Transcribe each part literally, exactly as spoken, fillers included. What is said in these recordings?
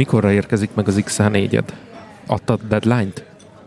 mikorra érkezik meg az iksz há négyed? Adtad deadline-t?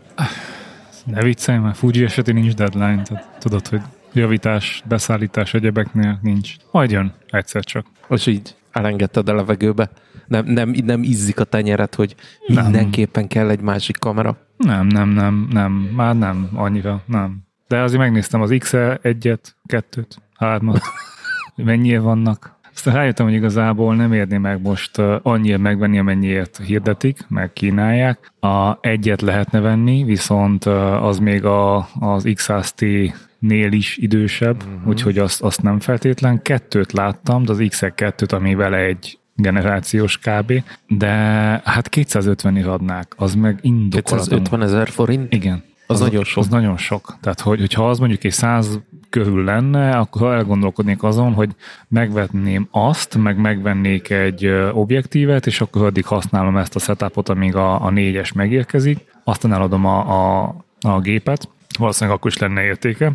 Ne viccelj, már Fuji esetén nincs deadline, tehát tudod, hogy javítás, beszállítás egyebeknél nincs. Majd jön, egyszer csak. És így elengedted a levegőbe? Nem, nem, nem izzik a tenyeret, hogy nem. Mindenképpen kell egy másik kamera? Nem, nem, nem, nem. Már nem annyira, nem. De azért megnéztem az iksz egyet, kettőt, hármat, mennyire vannak. Aztán rájöttem, hogy igazából nem érné meg most uh, annyira megvenni, amennyiért hirdetik, meg kínálják. A egyet lehetne venni, viszont uh, az még a, az iksz száz té-nél is idősebb, uh-huh. úgyhogy azt, azt nem feltétlen. Kettőt láttam, de az iksz kettőt, ami vele egy generációs kb. De hát kétszázötvenért adnák, az meg indokolatlan. kétszázötven ezer forint? Igen. Az, az nagyon sok. Az nagyon sok. Tehát, hogy, hogyha az mondjuk egy száz körül lenne, akkor elgondolkodnék azon, hogy megvetném azt, meg megvennék egy objektívet, és akkor addig használom ezt a setupot, amíg a, a négyes megérkezik. Aztán eladom a, a, a gépet. Valószínűleg akkor is lenne értéke.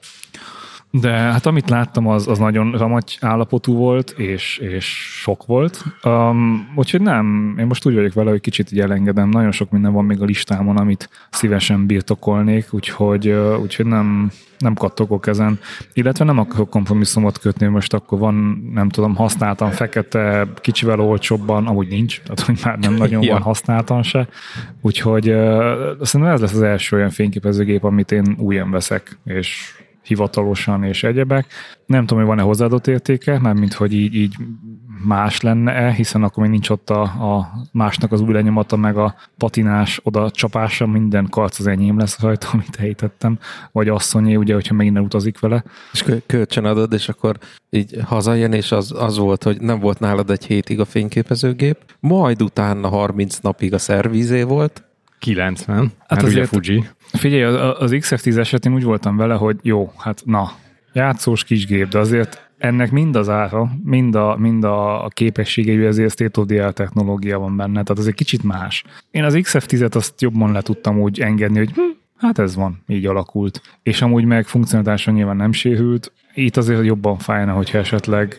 De hát amit láttam, az, az nagyon ramagy állapotú volt, és, és sok volt. Um, úgyhogy nem, én most úgy vagyok vele, hogy kicsit így elengedem. Nagyon sok minden van még a listámon, amit szívesen birtokolnék, úgyhogy, uh, úgyhogy nem, nem kattogok ezen. Illetve nem akarok kompromisszumot kötni, most akkor van, nem tudom, használtam fekete, kicsivel olcsóbban, amúgy nincs, tehát hogy már nem nagyon ja. van használtam se. Úgyhogy uh, szerintem ez lesz az első olyan fényképezőgép, amit én újra veszek, és hivatalosan és egyebek. Nem tudom, hogy van-e hozzáadott értéke, mármint, hogy így, így más lenne-e, hiszen akkor még nincs ott a, a másnak az új lenyomata, meg a patinás oda csapása, minden karc az enyém lesz rajta, amit elhitettem, vagy asszonyé, ugye, hogyha megint nem utazik vele. És kölcsön adod, és akkor így hazajön, és az, az volt, hogy nem volt nálad egy hétig a fényképezőgép, majd utána harminc napig a szervízé volt. kilencven. Hát azért, ugye Fuji. Figyelj, az, az iksz ef tíz esetén úgy voltam vele, hogy jó, hát na, játszós kis gép, de azért ennek mind az ára, mind a, mind a, a képességei, ezért state of the art technológia van benne, tehát az egy kicsit más. Én az iksz ef tízet azt jobban le tudtam úgy engedni, hogy hm, hát ez van, így alakult. És amúgy meg funkcionálisan nyilván nem sérült. Itt azért jobban fájna, hogyha esetleg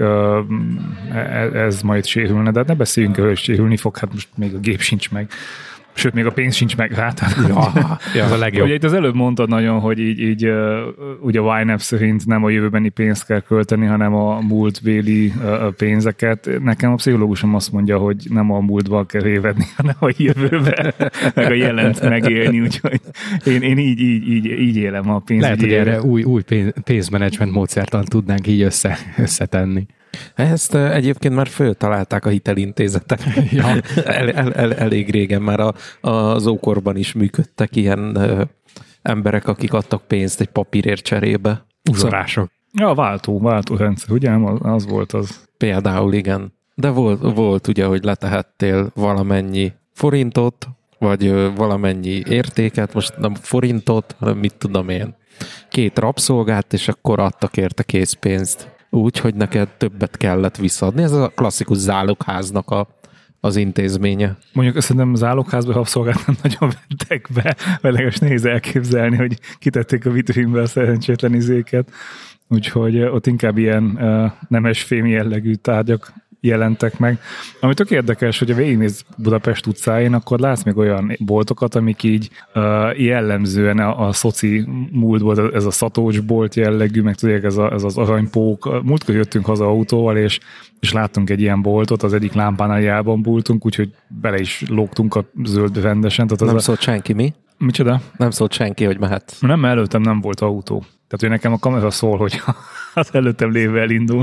uh, ez majd sérülne, de ne beszéljünk, hogy sérülni fog, hát most még a gép sincs meg. Sőt, még a pénz sincs meg rá. Ja, ja, ez a legjobb. Ugye itt az előbb mondtad nagyon, hogy így, így uh, ugye a YNAB szerint nem a jövőbeni pénzt kell költeni, hanem a múltbéli uh, pénzeket. Nekem a pszichológusom azt mondja, hogy nem a múltban kell révedni, hanem a jövőbe, meg a jelent megélni, úgyhogy én, én így, így, így, így élem a pénzügyi. Lehet, hogy erre új, új pénzmenedzsment módszertan tudnánk így össze, összetenni. Ezt uh, egyébként már föltalálták a hitelintézetek. Ja. el, el, el, elég régen már a, az ókorban is működtek ilyen uh, emberek, akik adtak pénzt egy papírért cserébe. Uzorások. Ja, váltó, váltó rendszer, ugye? Az, az volt az. Például igen. De volt, volt ugye, hogy letehettél valamennyi forintot, vagy uh, valamennyi értéket, most nem forintot, hanem mit tudom én. Két rabszolgát, és akkor adtak érte készpénzt. Úgy, hogy neked többet kellett visszaadni. Ez a klasszikus zálogháznak a, az intézménye. Mondjuk szerintem zálogházba rabszolgát nem nagyon vettek be, vagy legalábbis nehéz elképzelni, hogy kitették a vitrínbe a szerencsétlen izéket. Úgyhogy ott inkább ilyen uh, nemesfém jellegű tárgyak jelentek meg. Ami tök érdekes, hogy ha végignéz Budapest utcáin, akkor látsz még olyan boltokat, amik így uh, jellemzően a, a szoci múltból, ez a szatócsbolt jellegű, meg tudják, ez, a, ez az aranypók. Múltkor jöttünk haza autóval, és, és láttunk egy ilyen boltot, az egyik lámpánál jelbambultunk, úgyhogy bele is lógtunk a zöldbe rendesen. Tehát az nem a... szólt senki, mi? Micsoda? Nem szólt senki, hogy mehet. Nem, mert előttem nem volt autó. Tehát, hogy nekem a kamera szól, hogy az előttem lévő elindul.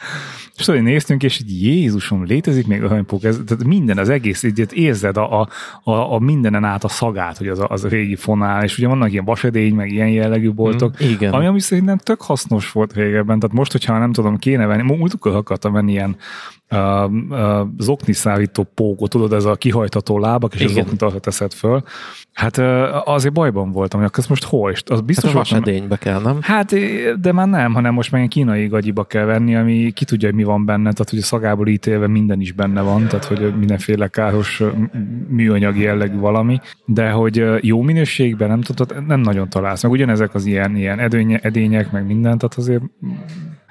És tudod, néztünk, és így Jézusom, létezik még aranypók, ez, tehát minden, az egész, így érzed a, a, a, a mindenen át a szagát, hogy az a, az a régi fonál, és ugye vannak ilyen vasedény, meg ilyen jellegű boltok, mm, igen. ami, ami szerintem tök hasznos volt régebben, tehát most, hogyha nem tudom, kéne venni, múltkor akartam venni ilyen uh, uh, zokniszárító pókot, tudod, ez a kihajtató lábak, és igen. az zoknit arra teszed föl. Hát uh, azért bajban voltam, hogy azt most hol is? Az biztos hát a vasedénybe kell, nem? Hát, de már nem, hanem most már ilyen kínai gagyiba kell venni, ami ki tudja, hogy mi van benne, tehát hogy a szagából ítélve minden is benne van, tehát hogy mindenféle káros műanyag jellegű valami, de hogy jó minőségben nem tudod, nem nagyon találsz. Meg ugyanezek az ilyen, ilyen edények, edények, meg minden, tehát azért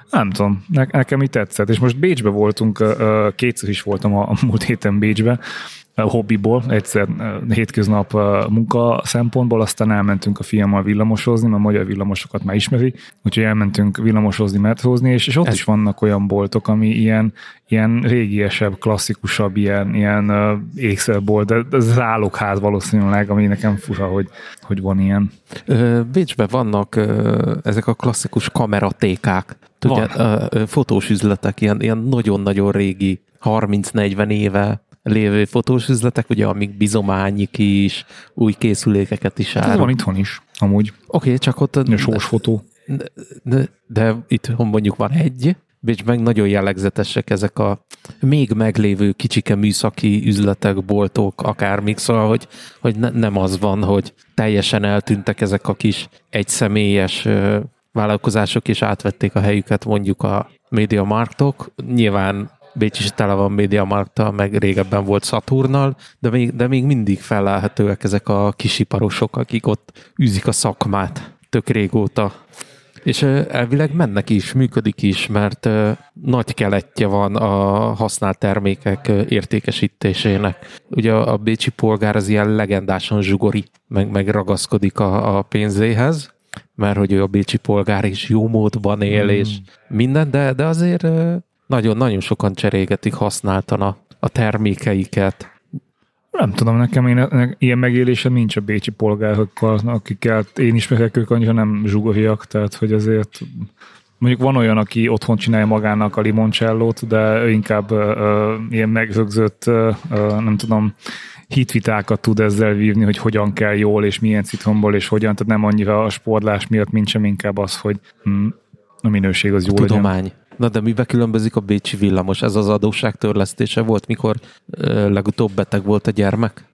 Nem tudom, ne, nekem így tetszett. És most Bécsbe voltunk, kétszer is voltam a, a múlt héten Bécsbe, hobbiból, egyszer hétköznap munka szempontból, aztán elmentünk a fiammal villamosozni, mert a magyar villamosokat már ismeri, úgyhogy elmentünk villamosozni, metrózni, és, és ott Ez... is vannak olyan boltok, ami ilyen, ilyen régiesebb, klasszikusabb, ilyen, ilyen uh, ékszerbolt, de ez zálogház valószínűleg, ami nekem fura, hogy, hogy van ilyen. Bécsben vannak ezek a klasszikus kameratékák, tudja, fotós üzletek, ilyen, ilyen nagyon-nagyon régi, harminc-negyven éve lévő fotós üzletek, ugye, amik bizományik is, új készülékeket is árul. Ez van itthon is, amúgy. Oké, okay, csak ott... A sós fotó. De, de, de itthon mondjuk van egy, és meg nagyon jellegzetesek ezek a még meglévő kicsike műszaki üzletek, boltok, akármik, szóval, hogy, hogy ne, nem az van, hogy teljesen eltűntek ezek a kis egyszemélyes vállalkozások, és átvették a helyüket mondjuk a MediaMarktok. Nyilván Bécs is tele van MediaMarkttal, meg régebben volt Saturnnal, de még, de még mindig fellelhetőek ezek a kisiparosok, akik ott űzik a szakmát tök régóta. És elvileg mennek is, működik is, mert nagy keletje van a használt termékek értékesítésének. Ugye a bécsi polgár az ilyen legendásan zsugori, meg, meg ragaszkodik a, a pénzéhez, mert hogy ő a bécsi polgár is jó módban él, mm. és minden, de, de azért nagyon-nagyon sokan cserélgetik használtan a, a termékeiket. Nem tudom, nekem én, nekem ilyen megélésem nincs a bécsi polgárokkal, akikkel én ismerek ők annyira nem zsugoriak, tehát hogy azért mondjuk van olyan, aki otthon csinálja magának a limoncellót, de ő inkább uh, ilyen megrögzött, uh, nem tudom, hitvitákat tud ezzel vívni, hogy hogyan kell jól, és milyen citromból, és hogyan, tehát nem annyira a sportlás miatt, mint sem inkább az, hogy hm, a minőség az jó legyen. Tudomány. Na de mibe különbözik a bécsi villamos? Ez az adósságtörlesztése volt, mikor uh, legutóbb beteg volt a gyermek?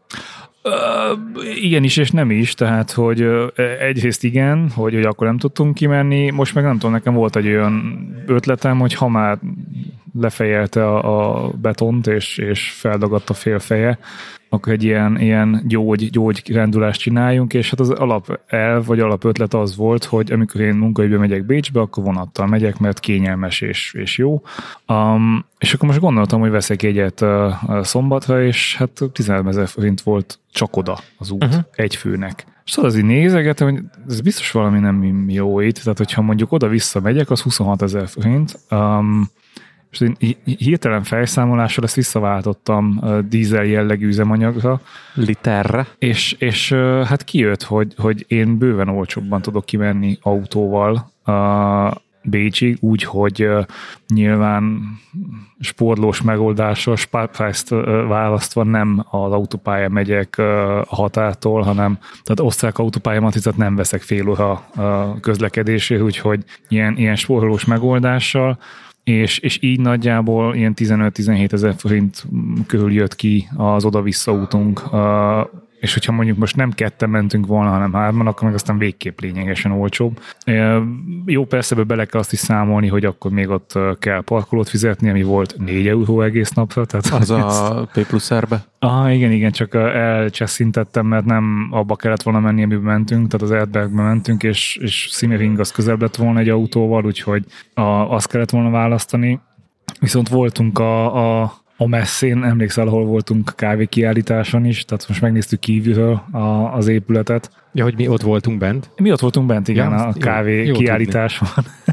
Uh, igen is, és nem is, tehát, hogy uh, egyrészt igen, hogy, hogy akkor nem tudtunk kimenni, most meg nem tudom, nekem volt egy olyan ötletem, hogy ha már lefejelte a, a betont, és, és feldagadt a félfeje, akkor egy ilyen, ilyen gyógy, gyógyrendulást csináljunk, és hát az alapelv, vagy alapötlet az volt, hogy amikor én munkaügybe megyek Bécsbe, akkor vonattal megyek, mert kényelmes és, és jó. Um, és akkor most gondoltam, hogy veszek egyet uh, Szombatra, és hát tizenezer forint volt csak oda az út, uh-huh. egy főnek. És szóval azért nézegetem, hogy ez biztos valami nem jó itt, tehát hogyha mondjuk oda-vissza megyek, az huszonhatezer forint. Um, és én hirtelen fejszámolással ezt visszaváltottam uh, dízel jellegű üzemanyagra. Literre. És, és uh, hát kijött, hogy, hogy én bőven olcsóbban tudok kimenni autóval uh, Bécsig, úgy, hogy uh, nyilván sportlós megoldással, Sparpreist uh, választva nem az autópályán megyek uh, a határtól, hanem tehát osztrák autópályamatricát nem veszek fél óra uh, közlekedésért, úgyhogy ilyen, ilyen sportlós megoldással, És, és így nagyjából ilyen tizenöt-tizenhét ezer forint körül jött ki az oda-vissza útunk, uh, és hogyha mondjuk most nem ketten mentünk volna, hanem hárman, akkor meg aztán végképp lényegesen olcsóbb. Uh, jó, persze be bele kell azt is számolni, hogy akkor még ott kell parkolót fizetni, ami volt négy euró egész napra. Tehát az a P plusz R-be? Ah, igen, igen, csak elcseszintettem, mert nem abba kellett volna menni, amiben mentünk, tehát az Erdbergbe mentünk, és, és Simmering az közebb lett volna egy autóval, úgyhogy a, azt kellett volna választani. Viszont voltunk a, a, a messzén, emlékszel, ahol voltunk kávékiállításon is, tehát most megnéztük kívülről a, az épületet. Ja, hogy mi ott voltunk bent? Mi ott voltunk bent, igen, ja, a kávé jó, kiállításon.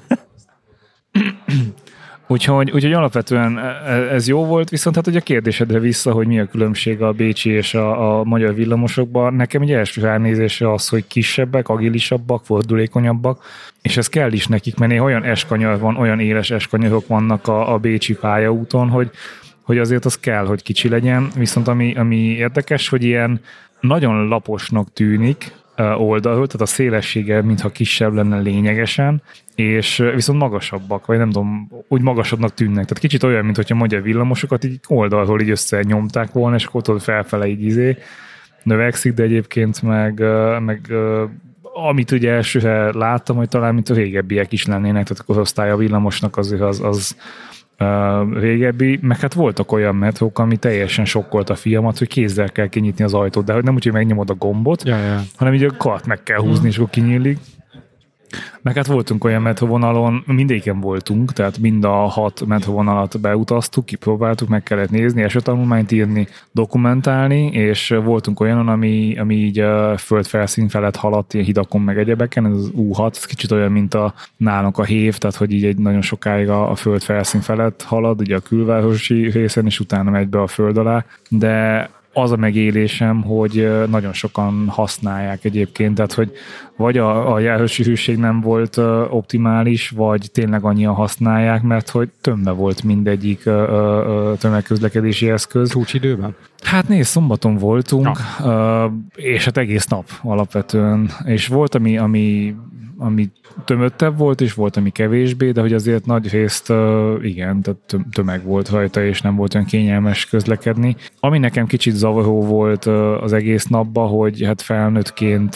Úgyhogy, úgyhogy alapvetően ez jó volt, viszont hát ugye a kérdésedre vissza, hogy mi a különbség a bécsi és a, a magyar villamosokban. Nekem egy első ránézésre az, hogy kisebbek, agilisabbak, fordulékonyabbak, és ez kell is nekik, mert olyan eskanyar van, olyan éles eskanyarok vannak a, a bécsi pályaúton, hogy, hogy azért az kell, hogy kicsi legyen. Viszont ami, ami érdekes, hogy ilyen nagyon laposnak tűnik oldalról, tehát a szélessége mintha kisebb lenne lényegesen, és viszont magasabbak, vagy nem tudom, úgy magasabbnak tűnnek. Tehát kicsit olyan, mint hogyha magyar villamosokat így oldalról így összenyomták volna, és akkor ott felfele így izé növekszik, de egyébként meg, meg amit ugye elsőre láttam, hogy talán mint a régebbiek is lennének, tehát a korosztály a villamosnak azért az, az Uh, régebbi, meg hát voltak olyan metrók, ami teljesen sokkolt a fiamat, hogy kézzel kell kinyitni az ajtót, de nem úgy, hogy megnyomod a gombot, ja, ja. hanem így a kart meg kell húzni, mm. és akkor kinyílik. Meg hát voltunk olyan metrovonalon, mindegyiken voltunk, tehát mind a hat metrovonalat beutaztuk, kipróbáltuk, meg kellett nézni, esettanulmányt írni, dokumentálni, és voltunk olyanon, ami, ami így a földfelszín felett haladt, ilyen hidakon meg egyebeken, ez az U hat, ez kicsit olyan, mint a nálunk a hév, tehát hogy így egy nagyon sokáig a, a földfelszín felett halad, ugye a külvárosi részen, és utána megy be a föld alá, de az a megélésem, hogy nagyon sokan használják egyébként, tehát hogy vagy a, a járvási hűség nem volt optimális, vagy tényleg annyian használják, mert hogy tömve volt mindegyik tömegközlekedési eszköz. Csúcsidőben? Hát nézd, szombaton voltunk, ja. És hát egész nap alapvetően, és volt, ami, ami ami tömöttebb volt, és volt, ami kevésbé, de hogy azért nagy részt igen, tehát tömeg volt rajta, és nem volt olyan kényelmes közlekedni. Ami nekem kicsit zavaró volt az egész napban, hogy hát felnőttként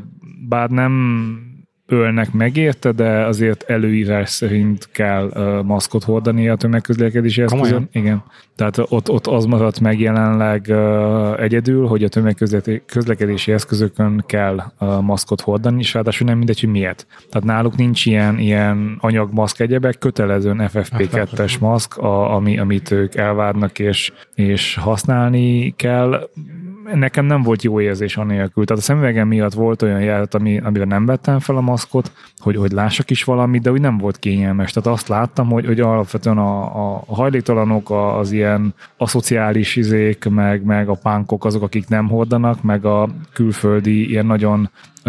bár nem ölnek meg érte, de azért előírás szerint kell uh, maszkot hordani a tömegközlekedési eszközön. Igen. Tehát ott, ott az maradt meg jelenleg uh, egyedül, hogy a tömegközlekedési eszközökön kell uh, maszkot hordani, és ráadásul nem mindegy, hogy miért. Tehát náluk nincs ilyen, ilyen anyagmaszk egyebek, kötelezően F F P kettes maszk, a, ami, amit ők elvárnak és, és használni kell. Nekem nem volt jó érzés anélkül. Tehát a szemüvegem miatt volt olyan járat, ami, amivel nem vettem fel a maszkot, hogy, hogy lássak is valamit, de úgy nem volt kényelmes. Tehát azt láttam, hogy, hogy alapvetően a, a hajléktalanok, az ilyen aszociális izék, meg, meg a pánkok azok, akik nem hordanak, meg a külföldi ilyen nagyon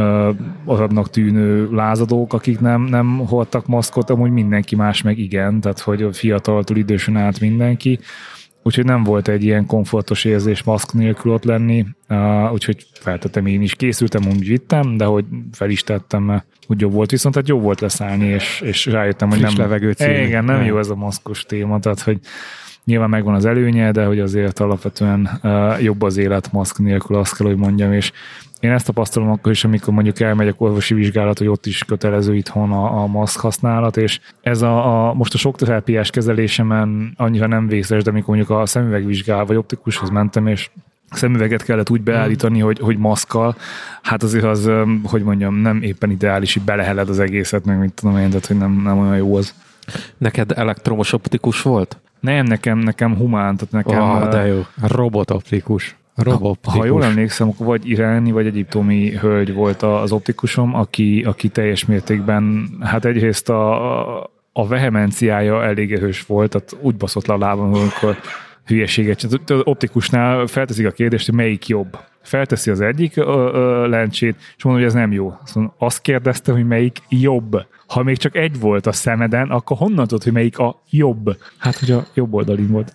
arabnak tűnő lázadók, akik nem, nem hordtak maszkot, amúgy mindenki más meg igen, tehát hogy fiataltól idősen át mindenki. Úgyhogy nem volt egy ilyen komfortos érzés maszk nélkül ott lenni, uh, úgyhogy feltettem én is. Készültem, úgy vittem, de hogy fel is tettem, mert úgy jobb volt. Viszont hát jó volt leszállni, és, és rájöttem, hogy friss nem, levegőt szívni. Igen, nem jó ez a maszkos téma, tehát hogy nyilván megvan az előnye, de hogy azért alapvetően uh, jobb az élet maszk nélkül, azt kell, hogy mondjam, és én ezt tapasztalom akkor is, amikor mondjuk elmegyek orvosi vizsgálat, hogy ott is kötelező itthon a, a maszk használat, és ez a, a most a sok terápiás kezelésemen annyira nem vészes, de amikor mondjuk a szemüvegvizsgálat vagy optikushoz mentem, és szemüveget kellett úgy beállítani, hogy, hogy maszkkal, hát azért az, hogy mondjam, nem éppen ideális, hogy beleheled az egészet, meg mit tudom én, tehát hogy nem, nem olyan jó az. Neked elektromos optikus volt? Nem, nekem, nekem humán, tehát nekem... Oh, de jó. Robotoptikus. Ha, ha jól emlékszem, akkor vagy iráni, vagy egyiptomi hölgy volt az optikusom, aki, aki teljes mértékben, hát egyrészt a, a vehemenciája elég erős volt, tehát úgy baszott le a lábam, amikor hülyeséget. Az optikusnál felteszik a kérdést, hogy melyik jobb. Felteszi az egyik ö, ö, lencsét, és mondja, hogy ez nem jó. Szóval azt kérdezte, hogy melyik jobb. Ha még csak egy volt a szemeden, akkor honnan tudod, hogy melyik a jobb? Hát, hogy a jobb oldalin volt.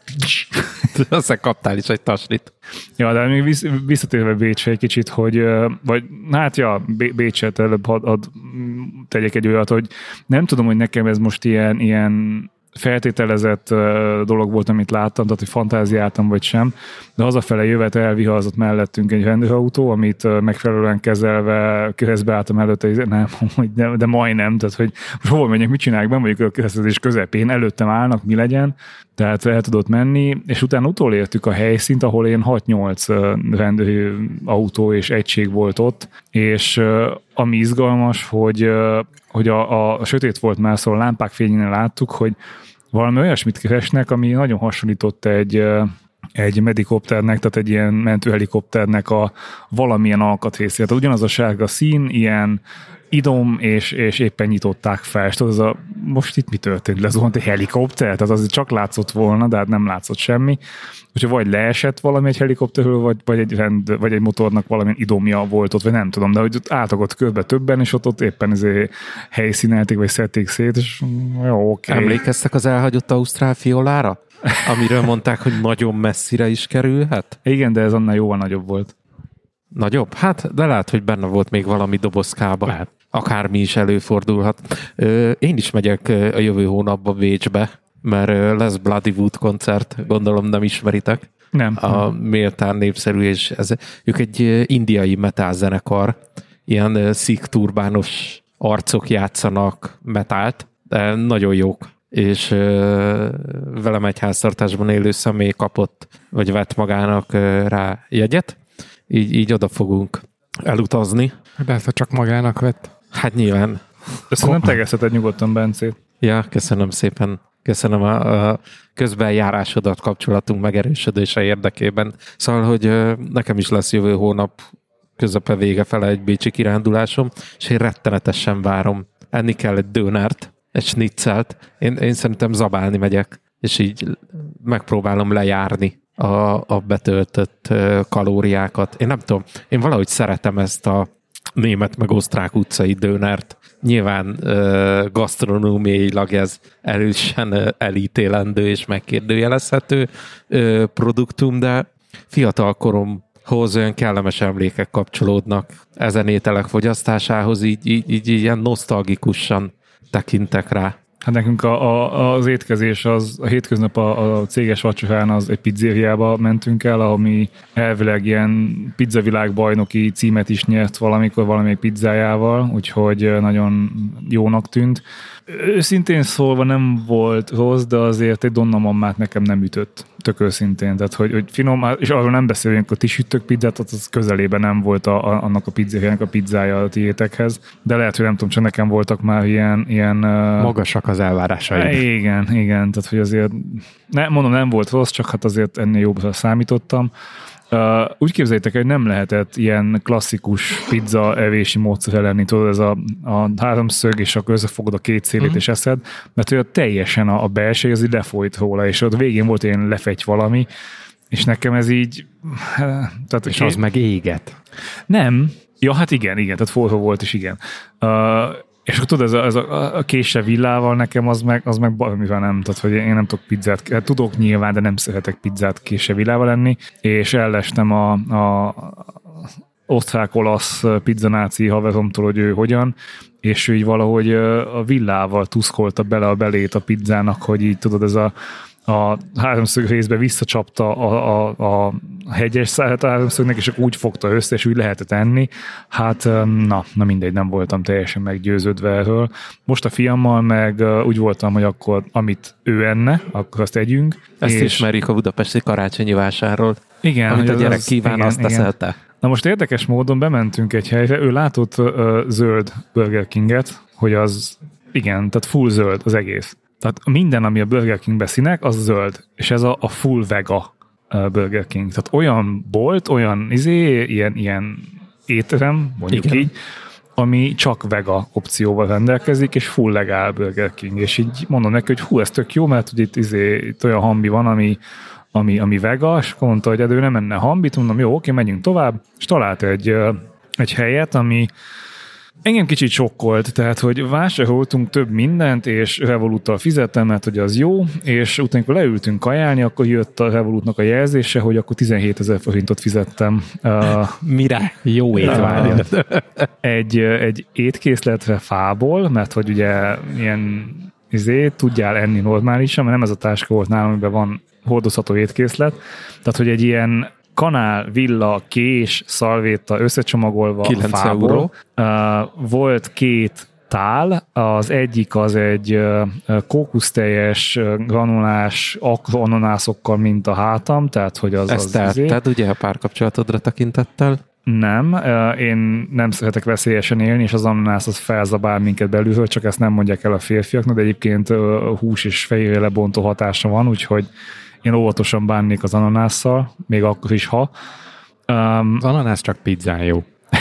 Aztán kaptál is egy taslit. Ja, de még visszatérve Bécsre egy kicsit, hogy, vagy hát ja, Bécset előbb had, had, tegyek egy olyat, hogy nem tudom, hogy nekem ez most ilyen, ilyen feltételezett dolog volt, amit láttam, tehát hogy fantáziáltam vagy sem, de hazafele jövet elviharzott mellettünk egy rendőrautó, amit megfelelően kezelve keresztbe álltam előtte, nem, de, de majdnem, tehát hogy most hova menjek, mit csinálják, ben vagyok a keresztezés közepén, előttem állnak, mi legyen, tehát el tudott menni, és utána utolértük a helyszínt, ahol ilyen hat-nyolc rendőri autó és egység volt ott, és ami izgalmas, hogy, hogy a, a sötét volt már, szóval a lámpák fényénél láttuk, hogy valami olyasmit keresnek, ami nagyon hasonlított egy, egy medikopternek, tehát egy ilyen mentőhelikopternek a valamilyen alkatrészét. Tehát ugyanaz a sárga szín, ilyen idom, és, és éppen nyitották fel. És az a, most itt mi történt? Lezuhant egy helikopter? Tehát az csak látszott volna, de hát nem látszott semmi. Úgyhogy vagy leesett valami egy helikopterről, vagy, vagy, egy rend, vagy egy motornak valamilyen idomja volt ott, vagy nem tudom, de hogy ott álltak ott körbe többen, és ott, ott éppen ezért helyszínelték, vagy szedték szét, és jó, oké. Okay. Emlékeztek az elhagyott ausztrál fiolára? Amiről mondták, hogy nagyon messzire is kerülhet? Igen, de ez annál jóval nagyobb volt. Nagyobb? Hát, de lehet, hogy benne volt még valami dobozkába. Lehet. Akármi is előfordulhat. Én is megyek a jövő hónapban Bécsbe, mert lesz Bloody Wood koncert, gondolom nem ismeritek. Nem. A méltán népszerű, és ez, ők egy indiai metal zenekar, ilyen szik turbános arcok játszanak metált, de nagyon jók. És uh, velem egy háztartásban élő személy kapott, vagy vett magának uh, rá jegyet, így, így oda fogunk elutazni. De ezt csak magának vett. Hát nyilván Ezt nem tegezheted nyugodtan, Bencét. Ja, köszönöm szépen. Köszönöm a, a közbenjárásodat kapcsolatunk megerősödése érdekében. Szóval, hogy nekem is lesz jövő hónap közepe vége fele egy bécsi kirándulásom, és én rettenetesen várom. Enni kell egy dönert, egy schnitzelt. Én, én szerintem zabálni megyek, és így megpróbálom lejárni a, a betöltött kalóriákat. Én nem tudom, én valahogy szeretem ezt a német meg osztrák utcai dönert. Nyilván uh, gasztronómiailag ez erősen uh, elítélendő és megkérdőjelezhető uh, produktum, de fiatal koromhoz olyan kellemes emlékek kapcsolódnak ezen ételek fogyasztásához, így, így, így ilyen nosztalgikusan tekintek rá. Hát nekünk a, a, az étkezés, az a hétköznap a, a céges vacsorán az egy pizzériába mentünk el, ahol mi elvileg ilyen pizzavilágbajnoki címet is nyert valamikor valamelyik pizzájával, úgyhogy nagyon jónak tűnt. Őszintén szólva nem volt rossz, de azért egy Donna Mammát nekem nem ütött, tök őszintén. Tehát, hogy, hogy finom, és arról nem beszélünk, hogy ti sütök pizzát, az közelében nem volt a, a, annak a pizzériának a pizzája a tiétekhez, de lehet, hogy nem tudom, csak nekem voltak már ilyen... ilyen magasak az elvárásaid. Igen, igen, tehát, hogy azért, ne, mondom, nem volt rossz, csak hát azért ennél jobbra számítottam. Uh, úgy képzeljétek, hogy nem lehetett ilyen klasszikus pizza evési módszer lenni, tudod, ez a, a háromszög, és akkor összefogod a két szélét, mm. és eszed, mert olyan teljesen a, a belső, az így lefolyt róla, és ott végén volt ilyen lefegy valami, és nekem ez így... Tehát, és az meg éget. Nem. Ja, hát igen, igen, tehát forró volt is, igen. Uh, És akkor tudod, ez a, ez a, a késsel villával nekem az meg, az meg valamivel nem, tehát hogy én nem tudok pizzát, hát tudok nyilván, de nem szeretek pizzát késsel villával enni, és ellestem a, a osztrák-olasz pizzanáci haveromtól, hogy ő hogyan, és ő így valahogy a villával tuszkolta bele a belét a pizzának, hogy így tudod, ez a a háromszög részbe visszacsapta a, a, a hegyes szállat a háromszögnek, és úgy fogta össze, és úgy lehetett enni. Hát na, na mindegy, nem voltam teljesen meggyőződve erről. Most a fiammal meg úgy voltam, hogy akkor amit ő enne, akkor azt együnk. Ezt és ismerjük a budapesti karácsonyi vásárról. Igen. Amit a gyerek az, kíván, igen, azt teszel te. Na most érdekes módon bementünk egy helyre, ő látott uh, zöld Burger Kinget, hogy az igen, tehát full zöld az egész. Tehát minden, ami a Burger Kingbe színek, az zöld. És ez a, a full vega Burger King. Tehát olyan bolt, olyan izé, ilyen, ilyen étterem, mondjuk igen. így, ami csak vega opcióval rendelkezik, és full legál Burger King. És így mondom neki, hogy hú, ez tök jó, mert hogy itt, izé, itt olyan hambi van, ami, ami, ami vega, és akkor mondta, hogy ő nem enne hambit, mondom, jó, oké, menjünk tovább, és talált egy, egy helyet, ami engem kicsit sokkolt, tehát, hogy vásároltunk több mindent, és Revoluttal fizettem, mert hogy az jó, és utána, amikor leültünk kajálni, akkor jött a Revolutnak a jelzése, hogy akkor tizenhétezer forintot fizettem. Uh, Mire? Jó étvágyat. Uh, egy, egy étkészletre fából, mert hogy ugye ilyen izé, tudjál enni normálisan, mert nem ez a táska volt nálam, amiben van hordozható étkészlet, tehát, hogy egy ilyen kanál, villa, kés, szalvéta összecsomagolva a fából. Uh, volt két tál, az egyik az egy uh, kókuszteljes, granulás akronanászokkal, mint a hátam, tehát hogy az... Ezt az tetted ugye a párkapcsolatodra tekintettel? Nem, uh, én nem szeretek veszélyesen élni, és az ananász az felzabál minket belülről, csak ezt nem mondják el a férfiaknak, de egyébként uh, hús és fehérje lebontó hatása van, úgyhogy én óvatosan bánnék az ananásszal, még akkor is, ha. Um, az ananász csak pizzán jó.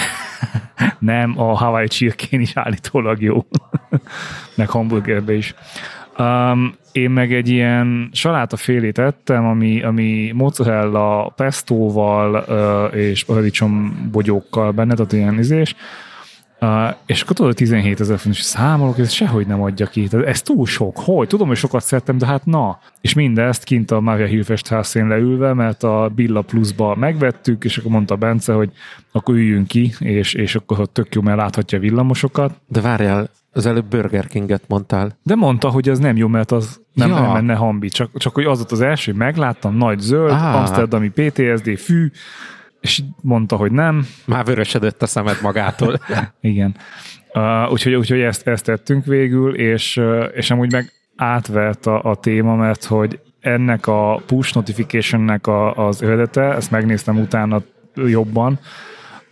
Nem, a Hawaii csirkén is állítólag jó. Meg hamburgerbe is. Um, én meg egy ilyen salátafélét ettem, ami, ami mozzarella pestóval uh, és paradicsombogyókkal benne, tehát ilyen izés. Uh, és akkor tudod, tizenhétezer forint, és számolok, és sehogy nem adja ki. Tehát ez túl sok. Hogy? Tudom, hogy sokat szerettem, de hát na. És mindezt kint a Mária Hilfest házszén leülve, mert a Billa Plusba megvettük, és akkor mondta Bence, hogy akkor üljünk ki, és, és akkor ott tök jó, mert láthatja a villamosokat. De várjál, az előbb Burger Kinget mondtál. De mondta, hogy az nem jó, mert az nem, ja. nem menne hambi. Csak, csak hogy az ott az első, hogy megláttam, nagy zöld, ah. amsterdami pé té es dé, fű, és mondta, hogy nem. Már vörösödött a szemed magától. Igen. Uh, úgyhogy úgyhogy ezt, ezt tettünk végül, és, uh, és amúgy meg átvert a, a téma, mert hogy ennek a push notificationnek a, az eredete, ezt megnéztem utána jobban,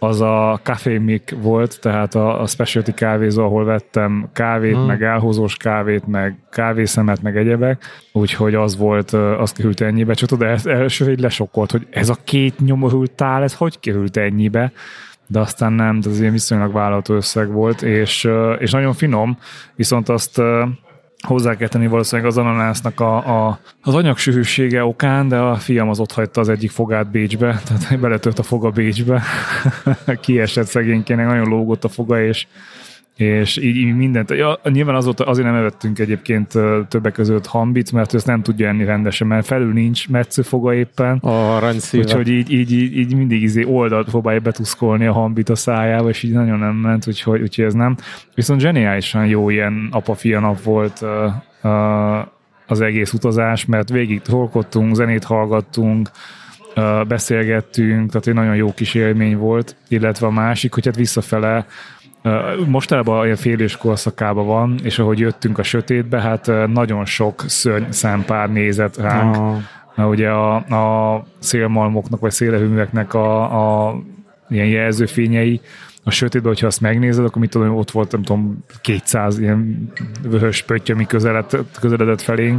az a Café Mick volt, tehát a, a specialty kávézó, ahol vettem kávét, hmm. meg elhozós kávét, meg kávészemet, meg egyebek, úgyhogy az volt, az került ennyibe, csak tudod, első így lesokkolt, hogy ez a két nyomorult tál, ez hogy került ennyibe, de aztán nem, de az ilyen viszonylag vállalható összeg volt, és, és nagyon finom, viszont azt hozzá kell tenni valószínűleg az ananásznak a, a, az anyagsűrűsége okán, de a fiam az ott hagyta az egyik fogát Bécsbe, tehát beletört a foga Bécsbe, kiesett szegénykének, nagyon lógott a foga, és és így, így mindent. Ja, nyilván azóta azért nem evettünk egyébként többek között hambit, mert ezt nem tudja enni rendesen, mert felül nincs metszőfoga éppen. A aranyszíve. Úgyhogy így, így, így, így mindig izé oldalt próbálja betuszkolni a hambit a szájába, és így nagyon nem ment, úgyhogy, úgyhogy ez nem. Viszont zseniálisan jó ilyen apa-fia nap volt uh, uh, az egész utazás, mert végig tolkodtunk, zenét hallgattunk, uh, beszélgettünk, tehát egy nagyon jó kis élmény volt, illetve a másik, hogy hát visszafele mostanában olyan félős korszakában van, és ahogy jöttünk a sötétbe, hát nagyon sok szörny szempár nézett ránk. Oh. Mert ugye a, a szélmalmoknak, vagy szélehőműveknek a, a ilyen jelzőfényei a sötétben, hogyha azt megnézed, akkor mit tudom, ott volt, nem tudom, kétszáz ilyen vörös pötty, ami közeledett felénk,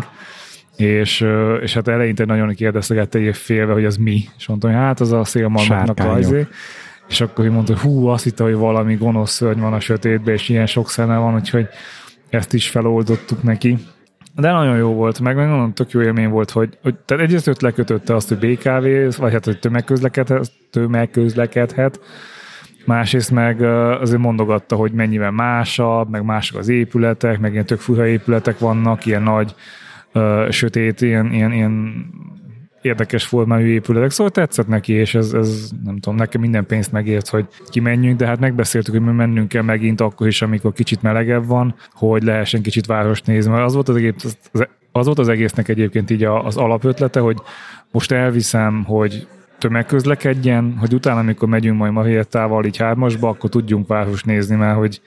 és, és hát eleinte nagyon kérdeztegette egy félve, hogy az mi, és mondtam, hogy hát az a szélmalmoknak rajzé. És akkor mondta, hogy hú, azt hitte, hogy valami gonosz szörny van a sötétben, és ilyen sok szeme van, úgyhogy ezt is feloldottuk neki. De nagyon jó volt, meg nagyon tök jó élmény volt, hogy, hogy tehát egyrészt őt lekötötte azt, hogy bé ká vé, vagy hát, hogy tömegközlekedhet, tömegközlekedhet, másrészt meg azért mondogatta, hogy mennyivel másabb, meg mások az épületek, meg ilyen tök fura épületek vannak, ilyen nagy, uh, sötét, ilyen, ilyen, ilyen érdekes formájú épületek, szóval tetszett neki, és ez, ez nem tudom, nekem minden pénzt megért, hogy kimenjünk, de hát megbeszéltük, hogy mi mennünk kell megint akkor is, amikor kicsit melegebb van, hogy lehessen kicsit várost nézni, mert az volt az, egész, az, az, volt az egésznek egyébként így az alapötlete, hogy most elviszem, hogy tömegközlekedjen, hogy utána, amikor megyünk majd Mariettával így hármasba, akkor tudjunk város nézni, mert hogy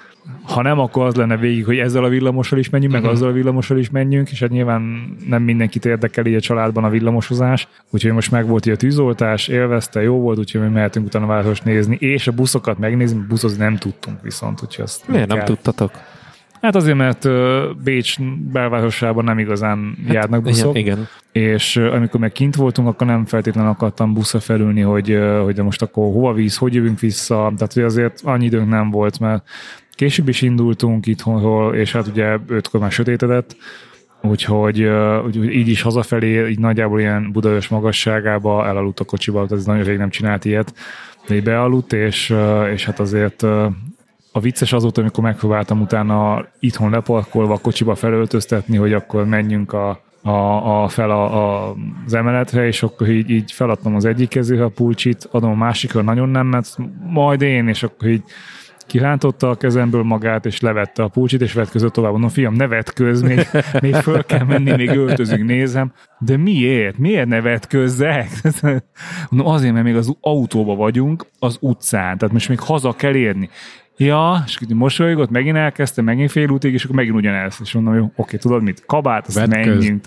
ha nem, akkor az lenne végig, hogy ezzel a villamossal is menjünk, meg uh-huh. azzal a villamossal is menjünk, és hát nyilván nem mindenkit érdekel így a családban a villamosozás, úgyhogy most meg volt így a tűzoltás, élvezte, jó volt, úgyhogy mi mehetünk utána a város nézni, és a buszokat megnézni, buszozni nem tudtunk viszont, úgyhogy azt miért nem, nem tudtatok? Hát azért, mert Bécs belvárosában nem igazán hát, járnak buszok, igen. És amikor meg kint voltunk, akkor nem feltétlenül akartam buszra felülni, hogy, hogy de most akkor hova víz, hogy jövünk vissza, tehát hogy azért annyi időnk nem volt, mert később is indultunk itthonról, és hát ugye ötkor már sötétedett, úgyhogy, úgyhogy így is hazafelé, így nagyjából ilyen Budaörs magasságába elaludt a kocsiba, tehát ez nagyon rég nem csinált ilyet, de így bealudt, és, és hát azért a vicces az volt, amikor megpróbáltam utána itthon leparkolva a kocsiba felöltöztetni, hogy akkor menjünk a, a, a fel a, a, az emeletre, és akkor így, így feladtam az egyik kezére a pulcsit, adom a másikra, nagyon nem, mert majd én, és akkor így kirántotta a kezemből magát, és levette a pulcsit, és vetközött tovább. Mondom, fiam, ne vetköz, még, még föl kell menni, még öltözünk, nézem. De miért? Miért ne vetközzek? Mondom, azért, mert még az autóba vagyunk, az utcán, tehát most még haza kell érni. Ja, és mosolygott, megint elkezdte, megint fél útig, és akkor megint ugyanez. És mondom, jó, oké, tudod mit? Kabát, azt menjünk.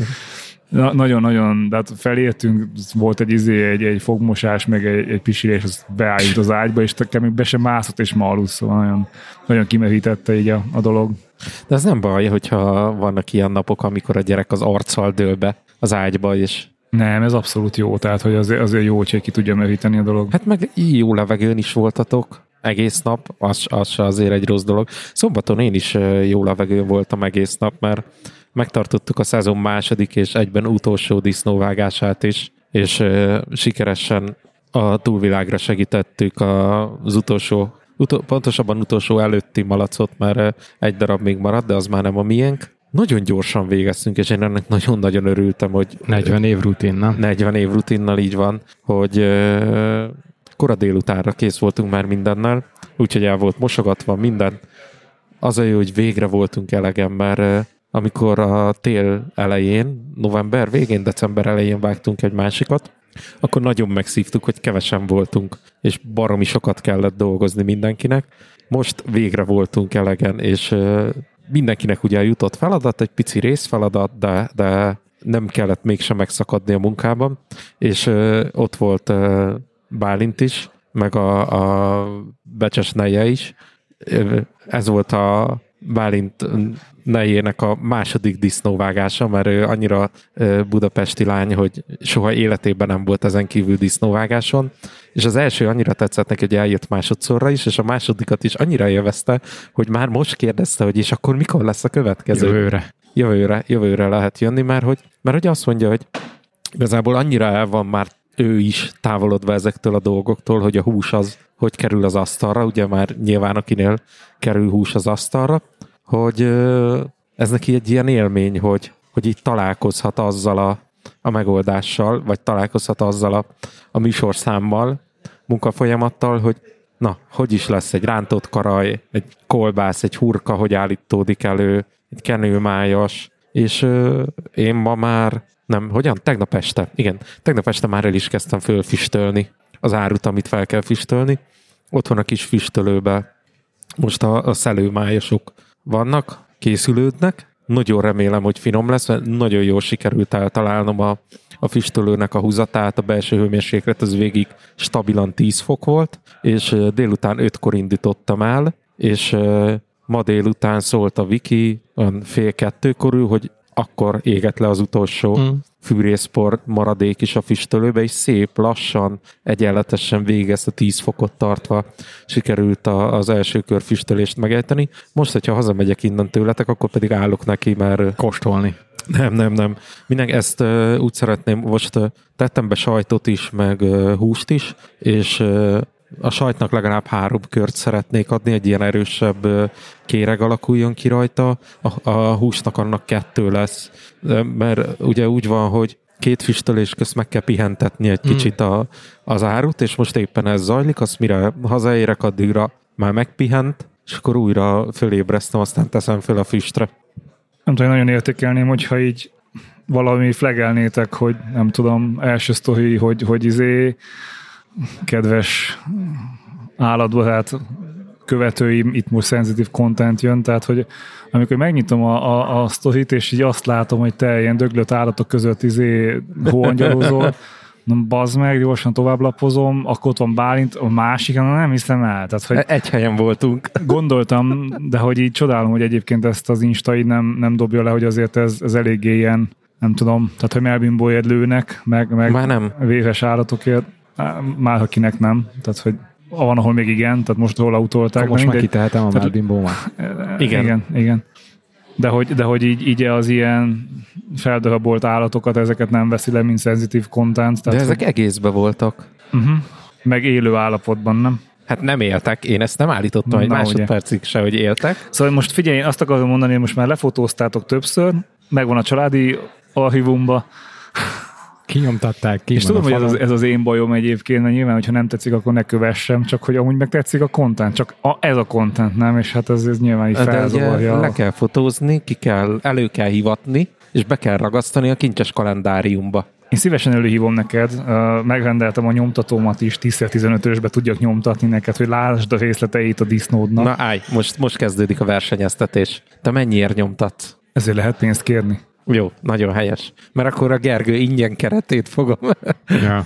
Na, nagyon-nagyon, de hát felértünk, volt egy izé, egy, egy fogmosás, meg egy, egy pisilés, az beállít az ágyba, és még be sem mászott, és ma aludt, szóval nagyon, nagyon kimerítette így a, a dolog. De ez nem baj, hogyha vannak ilyen napok, amikor a gyerek az arccal dől be az ágyba, és nem, ez abszolút jó, tehát hogy azért, azért jó, hogy ki tudja meríteni a dolog. Hát meg jó levegőn is voltatok egész nap, az, az azért egy rossz dolog. Szombaton én is jó levegőn voltam egész nap, mert megtartottuk a szezon második és egyben utolsó disznóvágását is, és uh, sikeresen a túlvilágra segítettük az utolsó, utol, pontosabban utolsó előtti malacot, mert uh, egy darab még maradt, de az már nem a miénk. Nagyon gyorsan végeztünk, és én ennek nagyon-nagyon örültem, hogy negyven év rutinnal. negyven év rutinnal, így van, hogy uh, kora délutánra kész voltunk már mindennel, úgyhogy el volt mosogatva minden. Az a jó, hogy végre voltunk elegen, mert uh, amikor a tél elején, november végén, december elején vágtunk egy másikat, akkor nagyon megszívtuk, hogy kevesen voltunk, és baromi sokat kellett dolgozni mindenkinek. Most végre voltunk elegen, és uh, mindenkinek ugye jutott feladat, egy pici részfeladat, de, de nem kellett mégsem megszakadni a munkában, és uh, ott volt uh, Bálint is, meg a, a Becses neje is. Ez volt a Bálint nejének a második disznóvágása, mert ő annyira budapesti lány, hogy soha életében nem volt ezen kívül disznóvágáson, és az első annyira tetszett neki, hogy eljött másodszorra is, és a másodikat is annyira élvezte, hogy már most kérdezte, hogy és akkor mikor lesz a következő. Jövőre. Jövőre, jövőre lehet jönni, mert hogy, mert hogy azt mondja, hogy igazából annyira el van már ő is távolodva ezektől a dolgoktól, hogy a hús az hogy kerül az asztalra, ugye már nyilván akinél kerül hús az asztalra, hogy ez neki egy ilyen élmény, hogy, hogy így találkozhat azzal a, a megoldással, vagy találkozhat azzal a, a műsorszámmal, munkafolyamattal, hogy na, hogy is lesz egy rántott karaj, egy kolbász, egy hurka, hogy állítódik elő, egy kenőmájas, és ö, én ma már, nem, hogyan? Tegnap este, igen, tegnap este már el is kezdtem fölfüstölni az árut, amit fel kell füstölni. Otthon a kis füstölőbe most a, a szelőmájasok vannak, készülődnek. Nagyon remélem, hogy finom lesz, mert nagyon jól sikerült eltalálnom a, a füstölőnek a húzatát, a belső hőmérséklet az végig stabilan tíz fok volt, és délután ötkor indítottam el, és ma délután szólt a Viki, olyan fél kettőkorú, hogy akkor égett le az utolsó mm. fűrészpor maradék is a füstölőbe, és szép lassan, egyenletesen végig ezt a tíz fokot tartva sikerült a, az első kör füstölést megejteni. Most, hogyha hazamegyek innen tőletek, akkor pedig állok neki, mert... Kóstolni. Nem, nem, nem. Minden ezt uh, úgy szeretném, most uh, tettem be sajtot is, meg uh, húst is, és uh, a sajtnak legalább három kört szeretnék adni, egy ilyen erősebb uh, kéreg alakuljon ki rajta, a, a húsnak annak kettő lesz, mert ugye úgy van, hogy két füstölés közt meg kell pihentetni egy kicsit a, az árut, és most éppen ez zajlik, azt mire hazaérek, addigra már megpihent, és akkor újra fölébresztem, aztán teszem föl a füstre. Nem tudom, nagyon értékelném, hogyha így valami flegelnétek, hogy nem tudom, első sztori, hogy, hogy izé kedves állatba, tehát követőim, itt most sensitive content jön, tehát hogy amikor megnyitom a, a, a sztorit, és így azt látom, hogy te ilyen döglött állatok között izé hóangyalozol, na bazd meg, gyorsan továbblapozom, akkor ott van Bálint, a másik, na nem hiszem el. Tehát, hogy egy helyen voltunk. Gondoltam, de hogy így csodálom, hogy egyébként ezt az Insta így nem, nem dobja le, hogy azért ez, ez eléggé ilyen, nem tudom, tehát hogy Melvin Boyd lőnek, meg, meg már nem. véves állatokért, már ha kinek nem, tehát hogy van, ahol még igen, tehát most hol autolták. Most már kitehetem a Melvin Boyd. Igen. igen, igen. De hogy, de hogy így, így az ilyen feldarabolt állatokat, ezeket nem veszi le, mint sensitive content. Tehát de ezek hogy... egészbe voltak. Uh-huh. Meg élő állapotban, nem? Hát nem éltek, én ezt nem állítottam egy másodpercig se, hogy éltek. Szóval most figyelj, azt akarom mondani, hogy most már lefotóztátok többször, megvan a családi archívumba. Kinyomtatták ki. És tudom, hogy ez az, ez az én bajom egyébként, mert nyilván, hogyha nem tetszik, akkor ne kövessem, csak hogy amúgy meg tetszik a content, csak a, ez a content, nem? És hát ez, ez nyilván így felzavarja. Le kell fotózni, ki kell, elő kell hivatni, és be kell ragasztani a kincses kalendáriumba. Én szívesen előhívom neked, megrendeltem a nyomtatómat is, tíz tizenötösbe tudjak nyomtatni neked, hogy lásd a részleteit a disznódnak. Na állj, most, most kezdődik a versenyeztetés. Te mennyiért nyomtatsz? Ezért lehet pénzt kérni. Jó, nagyon helyes. Mert akkor a Gergő ingyen keretét fogom ja.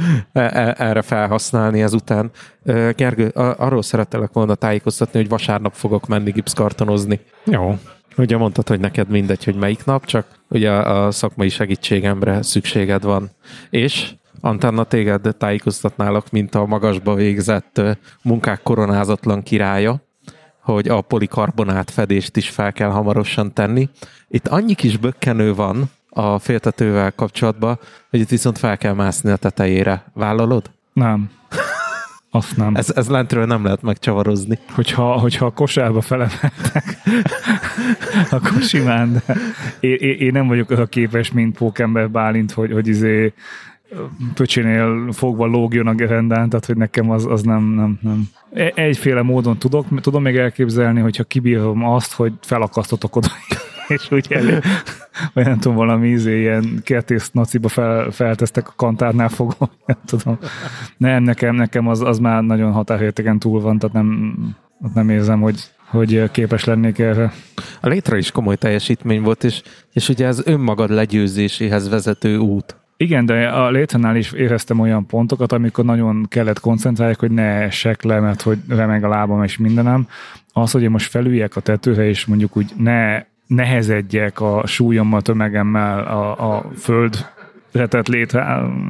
erre felhasználni ezután. Gergő, arról szerettelek volna tájékoztatni, hogy vasárnap fogok menni gipszkartonozni. Jó. Ugye mondtad, hogy neked mindegy, hogy melyik nap, csak ugye a szakmai segítségemre szükséged van. És Antenna, téged tájékoztatnálak, mint a magasba végzett munkák koronázatlan királya, hogy a polikarbonát fedést is fel kell hamarosan tenni. Itt annyi kis bökkenő van a féltetővel kapcsolatban, hogy itt viszont fel kell mászni a tetejére. Vállalod? Nem. Azt nem. Ez, ez lentről nem lehet megcsavarozni. Hogyha, hogyha a kosárba felemeltek, akkor simán, de én, én, én nem vagyok az a képes, mint Pókember Bálint, hogy, hogy izé pöcsénél fogva lógjon a gerendán, tehát hogy nekem az, az nem, nem, nem. Egyféle módon tudok, tudom még elképzelni, hogyha kibírom azt, hogy felakasztotok oda, és úgy elő, vagy nem tudom, valami izé, ilyen kertész naciba fel, feltesztek a kantárnál fogom, nem tudom. Nem, nekem, nekem az, az már nagyon határértéken túl van, tehát nem, nem érzem, hogy, hogy képes lennék erre. A létre is komoly teljesítmény volt, és, és ugye ez önmagad legyőzéséhez vezető út. Igen, de a létránál is éreztem olyan pontokat, amikor nagyon kellett koncentrálják, hogy ne essek le, mert hogy remeg a lábam és mindenem. Az, hogy én most felüljek a tetőre, és mondjuk úgy ne nehezedjek a súlyommal, tömegemmel a, a föld retett létre,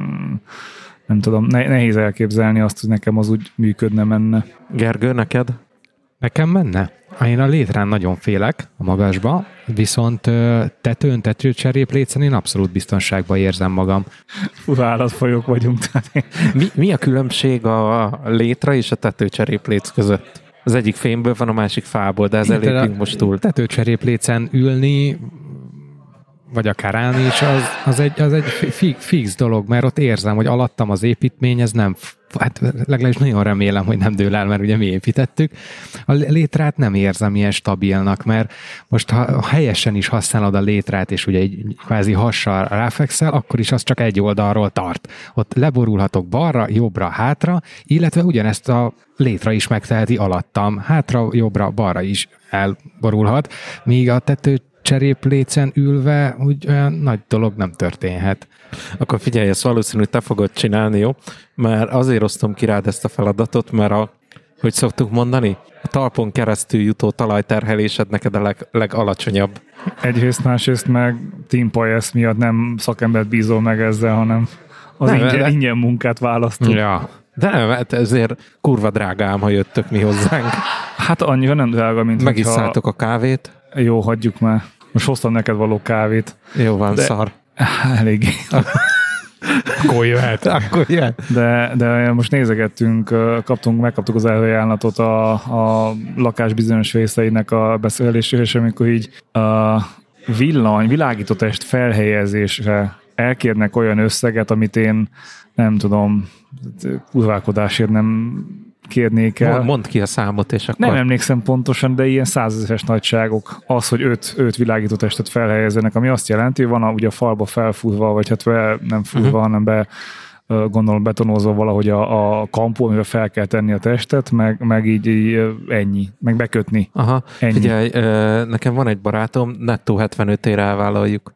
nem tudom, nehéz elképzelni azt, hogy nekem az úgy működne, menne. Gergő, neked? Nekem menne? Én a létrán nagyon félek a magasba, viszont tetőn, tetőcseréplécen én abszolút biztonságban érzem magam. Fura állatfajok vagyunk. mi, mi a különbség a létra és a tetőcserépléc között? Az egyik fémből van, a másik fából, de ez elépünk most túl. Tetőcseréplécen ülni, vagy akár állni is, az, az egy, az egy fix dolog, mert ott érzem, hogy alattam az építmény, ez nem, hát legalábbis nagyon remélem, hogy nem dől el, mert ugye mi építettük. A létrát nem érzem ilyen stabilnak, mert most ha helyesen is használod a létrát, és ugye egy kvázi hassal ráfekszel, akkor is az csak egy oldalról tart. Ott leborulhatok balra, jobbra, hátra, illetve ugyanezt a létra is megteheti alattam. Hátra, jobbra, balra is elborulhat, míg a tető cseréplécen ülve úgy olyan nagy dolog nem történhet. Akkor figyelj, ezt valószínű, hogy te fogod csinálni, jó? Mert azért osztom ki rád ezt a feladatot, mert a, hogy szoktuk mondani, a talpon keresztül jutó talajterhelésed neked a leg, legalacsonyabb. Egyrészt, másrészt meg Team Pajesz miatt nem szakembert bízol meg ezzel, hanem az nem, ingyen, ingyen munkát választunk. Ja. De nem, hát ezért kurva drágám, ha jöttök mi hozzánk. Hát annyira nem drága, mint megisszátok hogyha... a kávét. Jó, hagyjuk már. Most hoztam neked való kávét. Jó van, de... szar. Elég. Akkor jöhet. Akkor jöhet. De, de most nézegettünk, kaptunk, megkaptuk az előajánlatot a, a lakás bizonyos részeinek a beszélésére, és amikor így a villany, világítótest felhelyezésre elkérnek olyan összeget, amit én nem tudom, kurválkodásért nem kérnék el. Mondd ki a számot, és akkor... Nem emlékszem pontosan, de ilyen százezeres nagyságok. Az, hogy öt, öt világítótestet felhelyezzenek, ami azt jelenti, hogy van a, ugye a falba felfúrva, vagy hát nem fúrva, uh-huh. hanem be, gondolom betonozva valahogy a, a kampó, amivel fel kell tenni a testet, meg, meg így, így ennyi, meg bekötni. Aha, ennyi. Figyelj, nekem van egy barátom, nettó hetvenöt ére elvállaljuk.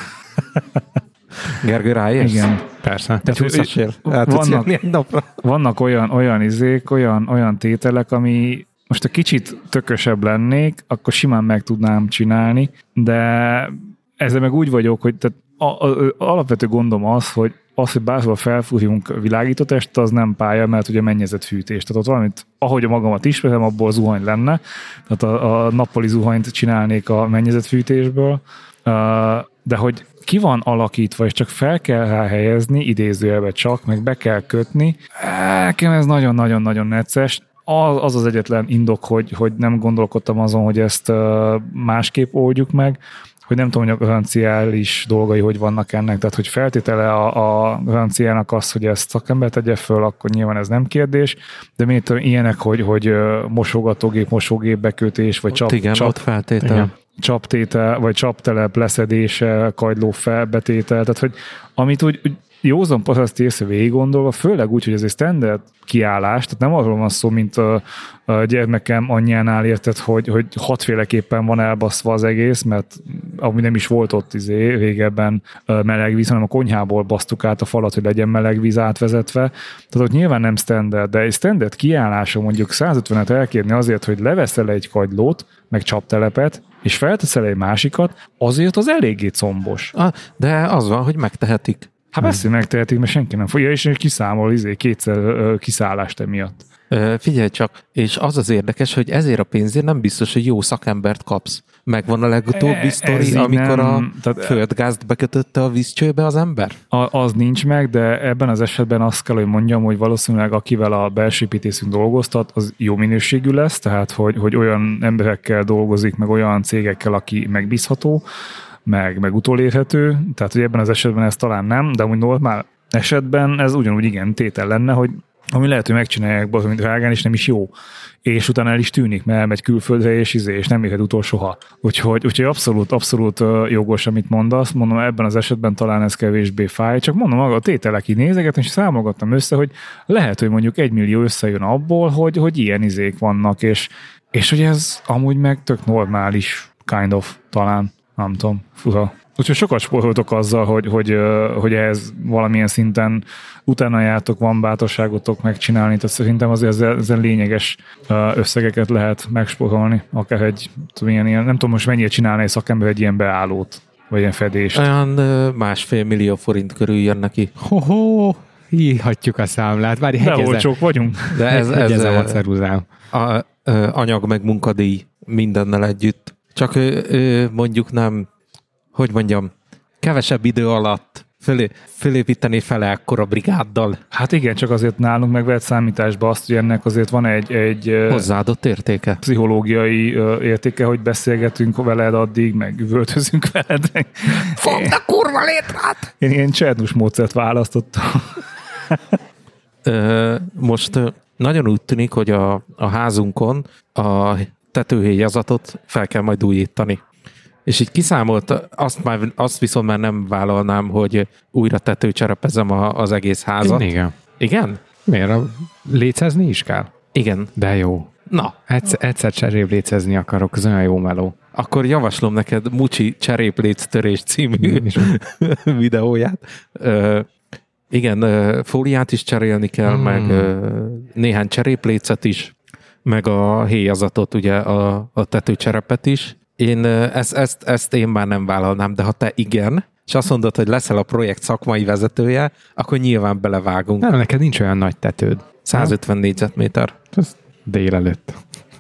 Gergő, ráérsz? Igen. Persze. Te húszasél. Vannak, vannak olyan, olyan izék, olyan, olyan tételek, ami most a kicsit tökösebb lennék, akkor simán meg tudnám csinálni, de ezzel meg úgy vagyok, hogy tehát a, a, a, alapvető gondom az, hogy az, hogy bárhol felfújjunk világítótest, az nem pálya, mert ugye mennyezetfűtés. Tehát ott valamit, ahogy a magamat ismerem, abból zuhany lenne. Tehát a, a nappali zuhanyt csinálnék a mennyezetfűtésből, de hogy ki van alakítva, és csak fel kell rá helyezni, idézőjelbe csak, meg be kell kötni. Nekem ez nagyon-nagyon-nagyon necces. Az az, az egyetlen indok, hogy, hogy nem gondolkodtam azon, hogy ezt másképp oldjuk meg, hogy nem tudom, hogy a garanciális dolgai hogy vannak ennek, tehát hogy feltétele a, a garanciának az, hogy ezt szakember tegye föl, akkor nyilván ez nem kérdés, de még tudom, ilyenek, hogy, hogy mosogatógép, mosógép bekötés, vagy csap, igen, csap, ott feltétel. Igen. csaptétel, vagy csaptelep leszedése, kagyló felbetétel, tehát hogy amit úgy, úgy józan paraszt észre végig gondolva, főleg úgy, hogy ez egy standard kiállás, tehát nem arról van szó, mint a, a gyermekem anyjánál érted, hogy, hogy hatféleképpen van elbaszva az egész, mert ami nem is volt ott izé, régebben meleg víz, hanem a konyhából basztuk át a falat, hogy legyen meleg víz átvezetve. Tehát ott nyilván nem standard, de egy standard kiállása mondjuk százötvenet elkérni azért, hogy leveszel egy kagylót, meg csaptelepet, és felteszel egy másikat, azért az eléggé combos. Ah, de az van, hogy megtehetik. Hát persze megtehetik, mert senki nem fogja, és kiszámol izé, kétszer ö, kiszállást emiatt. Ö, figyelj csak, és az az érdekes, hogy ezért a pénzért nem biztos, hogy jó szakembert kapsz. Megvan a legutóbbi sztori, amikor nem, a tehát, földgázt bekötötte a vízcsőbe az ember? A, az nincs meg, de ebben az esetben azt kell, hogy mondjam, hogy valószínűleg akivel a belső építészünk dolgoztat, az jó minőségű lesz, tehát hogy, hogy olyan emberekkel dolgozik, meg olyan cégekkel, aki megbízható, meg, meg utolérhető, tehát hogy ebben az esetben ez talán nem, de amúgy normál esetben ez ugyanúgy igen tétel lenne, hogy ami lehet, hogy megcsinálják bazd, mint drágán, és nem is jó. És utána el is tűnik, mert elmegy külföldre, és izé, és nem érhet utol soha. Úgyhogy, úgyhogy abszolút, abszolút jogos, amit mondasz. Mondom, ebben az esetben talán ez kevésbé fáj. Csak mondom, maga a tételek így nézegettem, és számolgattam össze, hogy lehet, hogy mondjuk egy millió összejön abból, hogy, hogy ilyen izék vannak, és, és hogy ez amúgy meg tök normális, kind of, talán. Nem tudom, fura. Úgyhogy sokat spóroltok azzal, hogy, hogy, hogy ehhez valamilyen szinten utána jártok, van bátorságotok megcsinálni, tehát szerintem azért ezen lényeges összegeket lehet megspórolni, akár egy, tudom, ilyen, nem tudom most mennyire csinálni egy szakember egy ilyen beállót, vagy ilyen fedést. Olyan másfél millió forint körül jön neki. Ho-ho, írhatjuk a számlát. Várj, de olcsók vagyunk. De ez, ez, ez a ceruzám. A, a, anyag meg munkadíj mindennel együtt. Csak ő, ő mondjuk nem, hogy mondjam, kevesebb idő alatt fölé, fölépíteni fele ekkora brigáddal. Hát igen, csak azért nálunk megvehet számításba azt, hogy ennek azért van egy, egy hozzáadott értéke. Pszichológiai értéke, hogy beszélgetünk veled addig, meg üvöltözünk veled. Fogd a kurva létrát! Én ilyen Csernus módszert választottam. Most nagyon úgy tűnik, hogy a, a házunkon a tetőhéjazatot fel kell majd újítani. És így kiszámolt, azt, már, azt viszont már nem vállalnám, hogy újra tetőcserepezem a, az egész házat. Igen. Igen? Miért? Lécezni is kell? Igen. De jó. Na. Egyszer, egyszer cseréplécezni akarok, az olyan jó meló. Akkor javaslom neked Mucsi cserépléc törés című videóját. Ö, igen, fóliát is cserélni kell, hmm. meg ö, néhány cseréplécet is, meg a héjazatot, ugye a, a tetőcserepet is. Én ezt, ezt, ezt én már nem vállalnám, de ha te igen, és azt mondod, hogy leszel a projekt szakmai vezetője, akkor nyilván belevágunk. Nem, neked nincs olyan nagy tetőd. százötven nem? négyzetméter. Ez délelőtt.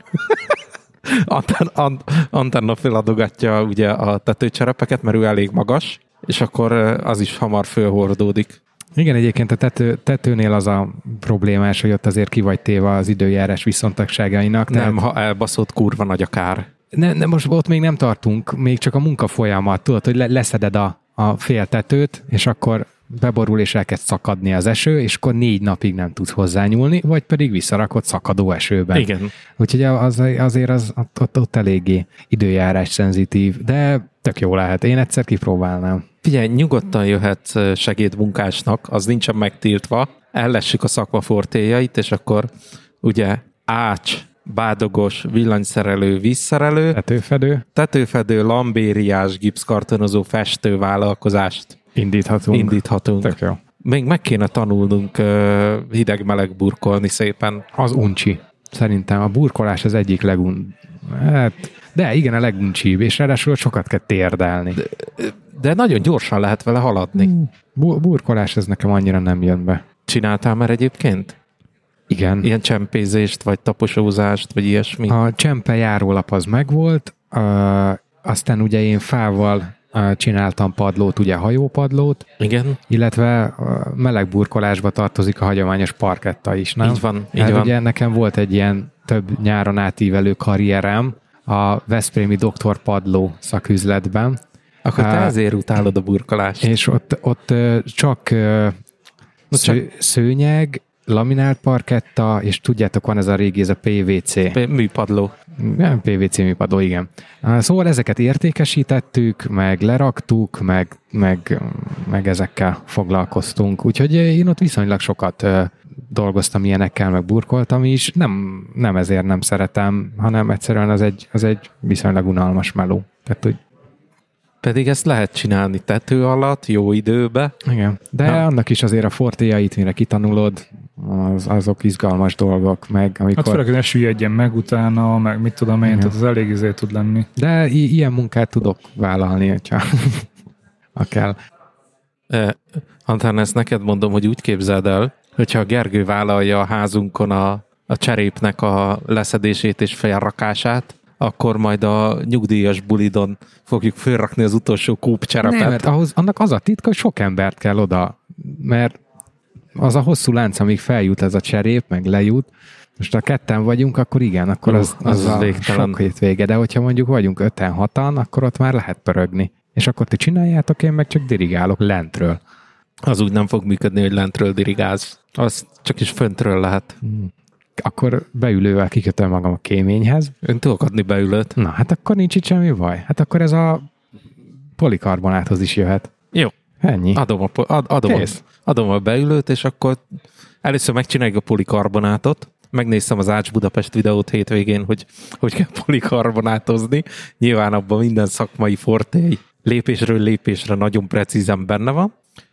Antenna feladogatja ugye a tetőcserepeket, mert ő elég magas, és akkor az is hamar fölhordódik. Igen, egyébként a tető, tetőnél az a problémás, hogy ott azért ki vagy téve az időjárás viszontagságainak. Nem, tehát... ha elbaszott, kurva nagy a kár. Ne, ne, most ott még nem tartunk, még csak a munka folyamat. Tudod, hogy le, leszeded a, a fél tetőt, és akkor beborul és elkezd szakadni az eső, és akkor négy napig nem tudsz hozzányúlni, vagy pedig visszarakod szakadó esőben. Igen. Úgyhogy az, azért az ott, ott, ott eléggé időjárás szenzitív, de tök jó lehet. Én egyszer kipróbálnám. Figyelj, nyugodtan jöhet segédmunkásnak, az nincsen megtiltva, ellessük a szakmafortéjait, és akkor ugye ács, bádogos, villanyszerelő, vízszerelő, tetőfedő, tetőfedő, lambériás, gipszkartonozó, festő vállalkozást indíthatunk. indíthatunk. Tök jó. Még meg kéne tanulnunk uh, hideg-meleg burkolni szépen. Az uncsi. Szerintem a burkolás az egyik legun... Hát, de igen, a leguncsibb, és ráadásul sokat kell térdelni. De, de nagyon gyorsan lehet vele haladni. Bu- burkolás ez nekem annyira nem jön be. Csináltál már egyébként? Igen. Ilyen csempézést, vagy taposózást, vagy ilyesmi? A csempe járólap az megvolt, uh, aztán ugye én fával uh, csináltam padlót, ugye hajópadlót. Igen. Illetve a meleg burkolásba tartozik a hagyományos parketta is, nem? Így van, így hát van. Ugye nekem volt egy ilyen több nyáron átívelő karrierem a veszprémi doktor padló szaküzletben. Akkor te uh, ezért utálod a burkolást. És ott, ott uh, csak, uh, sző, szőnyeg, laminált parketta, és tudjátok, van ez a régi, ez a pé vé cé. P- műpadló. Nem, pé vé cé műpadló, igen. Szóval ezeket értékesítettük, meg leraktuk, meg, meg, meg ezekkel foglalkoztunk. Úgyhogy én ott viszonylag sokat dolgoztam ilyenekkel, meg burkoltam is. Nem, nem ezért nem szeretem, hanem egyszerűen az egy, az egy viszonylag unalmas meló. Tehát, hogy Pedig ezt lehet csinálni tető alatt, jó időbe. Igen, de ha. Annak is azért a fortéjait, mire kitanulod, az, azok izgalmas dolgok, meg amikor... Hát főleg, hogy ne süllyedjen meg utána, meg mit tudom én, tehát az elég izé tud lenni. De i- ilyen munkát tudok vállalni, hogyha ha kell. Eh, Antán, ezt neked mondom, hogy úgy képzeld el, hogyha a Gergő vállalja a házunkon a, a cserépnek a leszedését és felrakását, akkor majd a nyugdíjas bulidon fogjuk fölrakni az utolsó kúpcserepet. Nem, mert ahhoz, annak az a titka, hogy sok embert kell oda, mert az a hosszú lánc, amíg feljut ez a cserép, meg lejut, most ha ketten vagyunk, akkor igen, akkor az, uh, az, az a végtelen. Sok vége, de hogyha mondjuk vagyunk öten, hatan, akkor ott már lehet pörögni. És akkor ti csináljátok, én meg csak dirigálok lentről. Az úgy nem fog működni, hogy lentről dirigálsz. Az csak is föntről lehet. Hmm. Akkor beülővel kikötöm magam a kéményhez. Ön tudok adni beülőt. Na, hát akkor nincs itt semmi baj. Hát akkor ez a polikarbonáthoz is jöhet. Jó. Ennyi. Adom a, ad, adom, a, adom a beülőt, és akkor először megcsináljuk a polikarbonátot. Megnéztem az Ács Budapest videót hétvégén, hogy hogy kell polikarbonátozni. Nyilván abban minden szakmai fortély lépésről lépésre nagyon precízen benne van.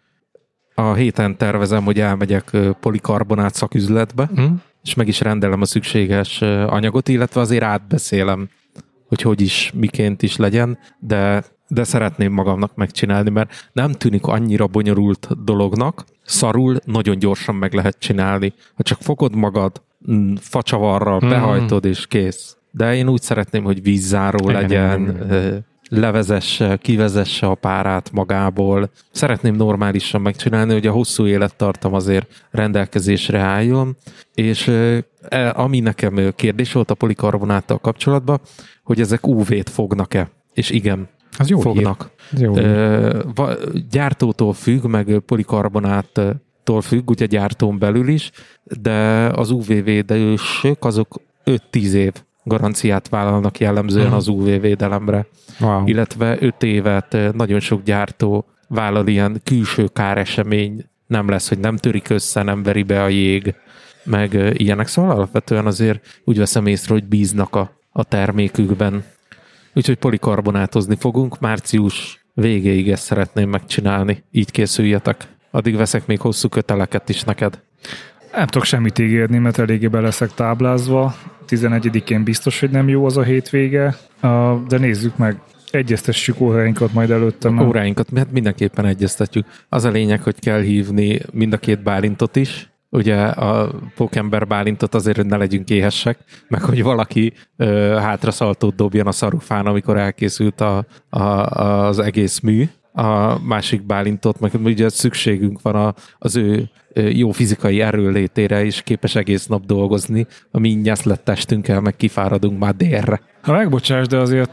A héten tervezem, hogy elmegyek polikarbonát szaküzletbe, mm. és meg is rendelem a szükséges anyagot, illetve azért átbeszélem, hogy hogy is, miként is legyen, de, de szeretném magamnak megcsinálni, mert nem tűnik annyira bonyolult dolognak, szarul nagyon gyorsan meg lehet csinálni. Ha csak fogod magad, facsavarral mm. behajtod, és kész. De én úgy szeretném, hogy vízzáró igen, legyen, igen, igen. levezesse, kivezesse a párát magából. Szeretném normálisan megcsinálni, hogy a hosszú élettartam azért rendelkezésre álljon, és e, ami nekem kérdés volt a polikarbonáttal kapcsolatban, hogy ezek ú vét fognak-e. És igen, az jó fognak. Jó e, gyártótól függ, meg polikarbonáttól függ, ugye gyártón belül is, de az ú vé védősök azok öt-tíz év garanciát vállalnak jellemzően az ú vé védelemre. Wow. Illetve öt évet nagyon sok gyártó vállal ilyen külső káresemény, nem lesz, hogy nem törik össze, nem veri be a jég, meg ilyenek. Szóval alapvetően azért úgy veszem észre, hogy bíznak a, a termékükben. Úgyhogy polikarbonátozni fogunk. Március végéig ezt szeretném megcsinálni. Így készüljetek. Addig veszek még hosszú köteleket is neked. Nem tudok semmit ígérni, mert eléggé be leszek táblázva. tizenegyedikén biztos, hogy nem jó az a hétvége, de nézzük meg. Egyeztessük óráinkat majd előttem. Óráinkat, mert mindenképpen egyeztetjük. Az a lényeg, hogy kell hívni mind a két Bálintot is. Ugye a Pókember Bálintot azért, hogy ne legyünk éhesek, meg hogy valaki ö, hátraszaltót dobjon a szarufán, amikor elkészült a, a, az egész mű. A másik Bálintot, meg ugye szükségünk van a, az ő jó fizikai erőlétére is, képes egész nap dolgozni, a mi nyeszlett testünkkel meg kifáradunk már délre. Ha megbocsáss, de azért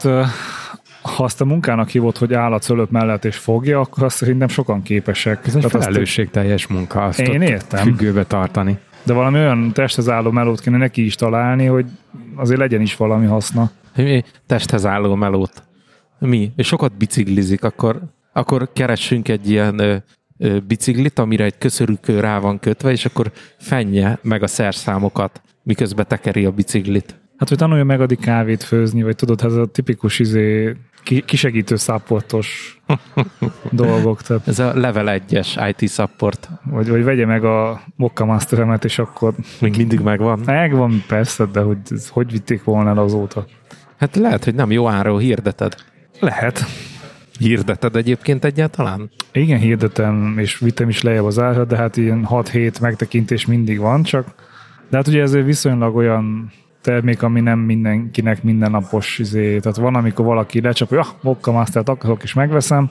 ha azt a munkának hívott, hogy áll a cölöp mellett és fogja, akkor azt szerintem sokan képesek. Ez egy felelősségteljes munka, azt én értem. Függőbe tartani. De valami olyan testhez álló melót kéne neki is találni, hogy azért legyen is valami haszna. Mi? Testhez álló melót. Mi? És sokat biciklizik, akkor, akkor keressünk egy ilyen ö, ö, biciklit, amire egy köszörűkő rá van kötve, és akkor fenje meg a szerszámokat, miközben tekeri a biciklit. Hát, hogy tanulja meg addig kávét főzni, vagy tudod, ez a tipikus izé, kisegítő szapportos dolgok. Tehát. Ez a level egyes i té support. Vagy, vagy vegye meg a Mokka Masteremet, és akkor... Még mindig megvan. Megvan, persze, de hogy, hogy vitték volna el azóta? Hát lehet, hogy nem jó áról hirdeted. Lehet. Hirdeted egyébként egyáltalán? Igen, hirdetem, és vittem is lejjebb az árat, de hát ilyen hat-hét megtekintés mindig van, csak de hát ugye ez viszonylag olyan termék, ami nem mindenkinek mindennapos izé. Tehát van, amikor valaki lecsap, hogy ah, Mokka Mastert akarok és megveszem,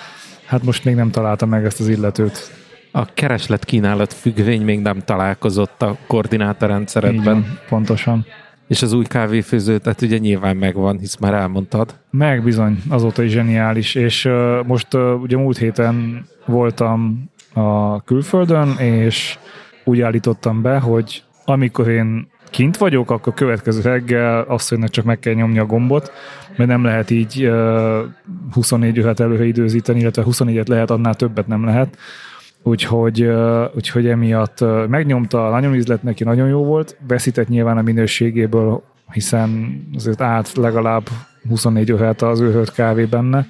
hát most még nem találtam meg ezt az illetőt. A kereslet kínálat függvény még nem találkozott a koordinátorrendszeredben. Így van, pontosan. És az új kávéfőző, tehát ugye nyilván megvan, hisz már elmondtad. Meg bizony, azóta is zseniális. És uh, most uh, ugye múlt héten voltam a külföldön, és úgy állítottam be, hogy amikor én kint vagyok, akkor következő reggel asszonynak csak meg kell nyomni a gombot, mert nem lehet így uh, huszonnégy órát előre időzíteni, illetve huszonnégyet lehet, annál többet nem lehet. Úgyhogy, uh, úgyhogy emiatt uh, megnyomta, nagyon ízlett neki, nagyon jó volt, veszített nyilván a minőségéből, hiszen azért állt legalább huszonnégy órát az őhört kávé benne,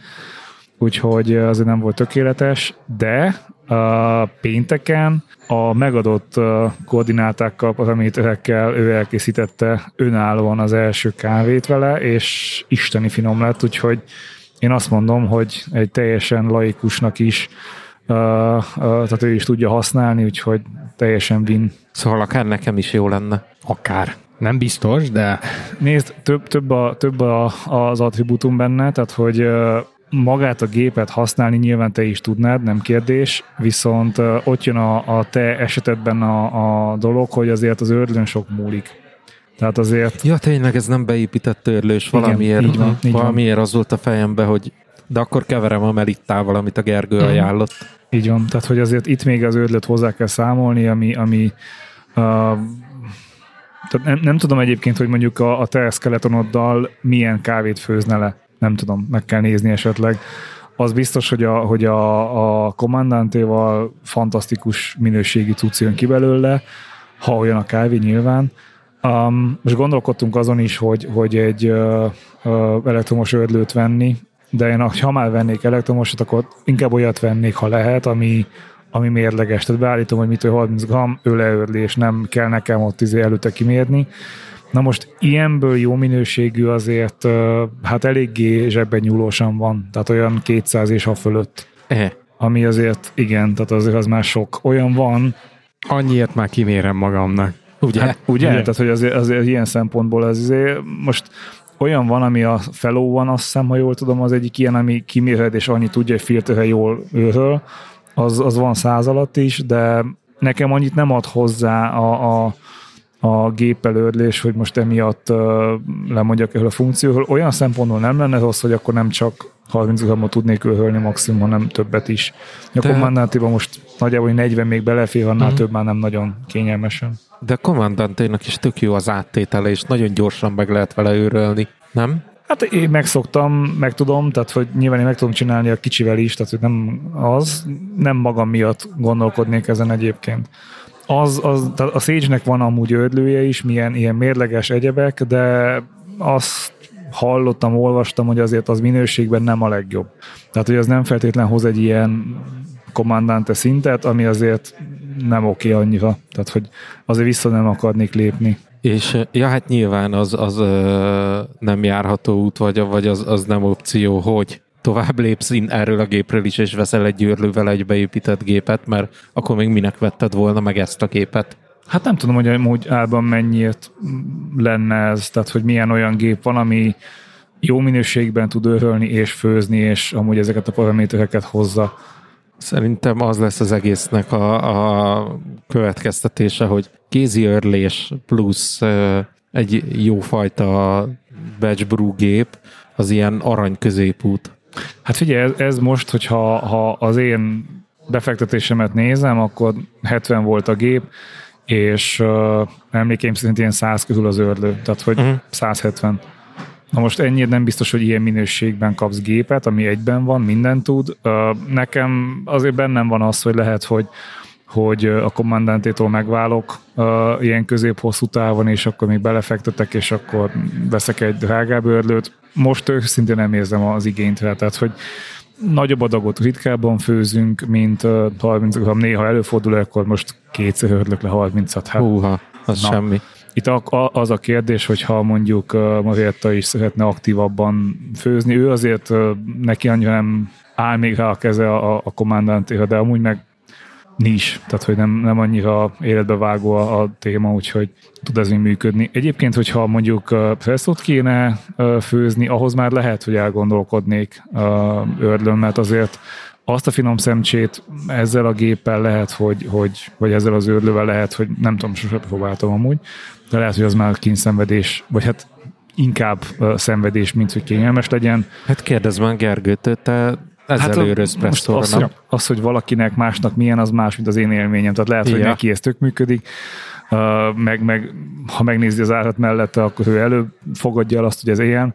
úgyhogy azért nem volt tökéletes, de uh, pénteken a megadott uh, koordinátákkal, paraméterekkel ő elkészítette önállóan az első kávét vele, és isteni finom lett, úgyhogy én azt mondom, hogy egy teljesen laikusnak is Uh, uh, tehát ő is tudja használni, úgyhogy teljesen win. Szóval akár nekem is jó lenne. Akár. Nem biztos, de... Nézd, több, több, a, több a, az attribútum benne, tehát hogy uh, magát a gépet használni nyilván te is tudnád, nem kérdés, viszont uh, ott jön a, a te esetedben a, a dolog, hogy azért az ördlön sok múlik. Tehát azért... Ja, tényleg ez nem beépített törlős, valamiért, így van, így valamiért van. Az volt a fejembe, hogy de akkor keverem a melittával, amit a Gergő mm. ajánlott. Így van, tehát hogy azért itt még az ördlöt hozzá kell számolni, ami, ami uh, tehát nem, nem tudom egyébként, hogy mondjuk a, a te skeletonoddal milyen kávét főzne le. Nem tudom, meg kell nézni esetleg. Az biztos, hogy a, hogy a, a Commandantéval fantasztikus minőségi cucc jön ki belőle, ha olyan a kávé nyilván. Um, most gondolkodtunk azon is, hogy, hogy egy uh, uh, elektromos ördlőt venni, de én ha már vennék elektromosat, akkor inkább olyat vennék, ha lehet, ami, ami mérleges. Tehát beállítom, hogy mitől harminc gramm öleörlés, nem kell nekem ott izé előtte kimérni. Na most ilyenből jó minőségű azért hát eléggé zsebben nyúlósan van, tehát olyan kétszáz és ha fölött. E. Ami azért, igen, tehát azért az már sok. Olyan van. Annyiért már kimérem magamnak. Ugye? Hát, ugye? ugye? Tehát, hogy azért, azért ilyen szempontból az azért, most olyan van, ami a Fellow van, azt hiszem, ha jól tudom, az egyik ilyen, ami kimérhet, és annyi tudja, hogy filterre jól őröl, az, az van száz alatt is, de nekem annyit nem ad hozzá a, a, a gépelőrlés, hogy most emiatt uh, lemondjak el a funkcióról. Olyan szempontból nem lenne rossz, hogy akkor nem csak harminc grammot tudnék őrölni maximum, hanem többet is. A de... Commandantéban most nagyjából negyven még belefér, annál uh-huh. több már nem nagyon kényelmesen. De a Commandanténak is tök jó az áttétele, és nagyon gyorsan meg lehet vele őrölni, nem? Hát én megszoktam, meg tudom, tehát hogy nyilván én meg tudom csinálni a kicsivel is, tehát hogy nem az, nem magam miatt gondolkodnék ezen egyébként. Az, az, a Sage-nek van amúgy ördlője is, milyen ilyen mérleges egyebek, de azt hallottam, olvastam, hogy azért az minőségben nem a legjobb. Tehát, hogy az nem feltétlen hoz egy ilyen Commandante szintet, ami azért nem oké annyira. Tehát, hogy azért vissza nem akarnék lépni. És ja, hát nyilván az, az ö, nem járható út, vagy, vagy az, az nem opció, hogy tovább lépsz erről a gépről is, és veszel egy győrlővel egy beépített gépet, mert akkor még minek vetted volna meg ezt a gépet? Hát nem tudom, hogy amúgy álban mennyiért lenne ez, tehát hogy milyen olyan gép van, ami jó minőségben tud őrölni és főzni, és amúgy ezeket a paramétereket hozza. Szerintem az lesz az egésznek a, a következtetése, hogy kézi őrlés plusz uh, egy jófajta batch brew gép, az ilyen arany középút. Hát figyelj, ez, ez most, hogyha ha az én befektetésemet nézem, akkor hetven volt a gép, és uh, emlékeim szerint ilyen száz körül az őrlő, tehát hogy uh-huh. száz hetven. Na most ennyire nem biztos, hogy ilyen minőségben kapsz gépet, ami egyben van, mindent tud. Uh, nekem azért bennem van az, hogy lehet, hogy, hogy a Commandantétól megválok uh, ilyen közép-hosszú távon, és akkor még belefektetek, és akkor veszek egy drágább őrlőt. Most őszintén nem érzem az igényt rá, tehát hogy nagyobb adagot ritkábban főzünk, mint uh, harminc gramm. Néha előfordul, akkor most kétszer hörlök le harmincat. Hát, húha, az na. Semmi. Itt az a kérdés, hogyha mondjuk Marietta is szeretne aktívabban főzni, ő azért neki annyira nem áll még rá a keze a, a Commandantéra, de amúgy meg nincs, tehát hogy nem, nem annyira életbe vágó a, a téma, úgyhogy tud ez még működni. Egyébként, hogyha mondjuk presszót kéne főzni, ahhoz már lehet, hogy elgondolkodnék őrlön, mert azért azt a finom szemcsét ezzel a géppel lehet, hogy, hogy vagy ezzel az őrlővel lehet, hogy nem tudom, sosem próbáltam amúgy, de lehet, hogy az már kínszenvedés, vagy hát inkább uh, szenvedés, mint hogy kényelmes legyen. Hát kérdezd már Gergőt, te ezzel hát őröz presszóra, az, nem? Az, hogy valakinek másnak milyen, az más, mint az én élményem. Tehát lehet, ja. hogy neki ez tök működik, uh, meg, meg ha megnézi az árat mellette, akkor ő előbb fogadja el azt, hogy ez ilyen.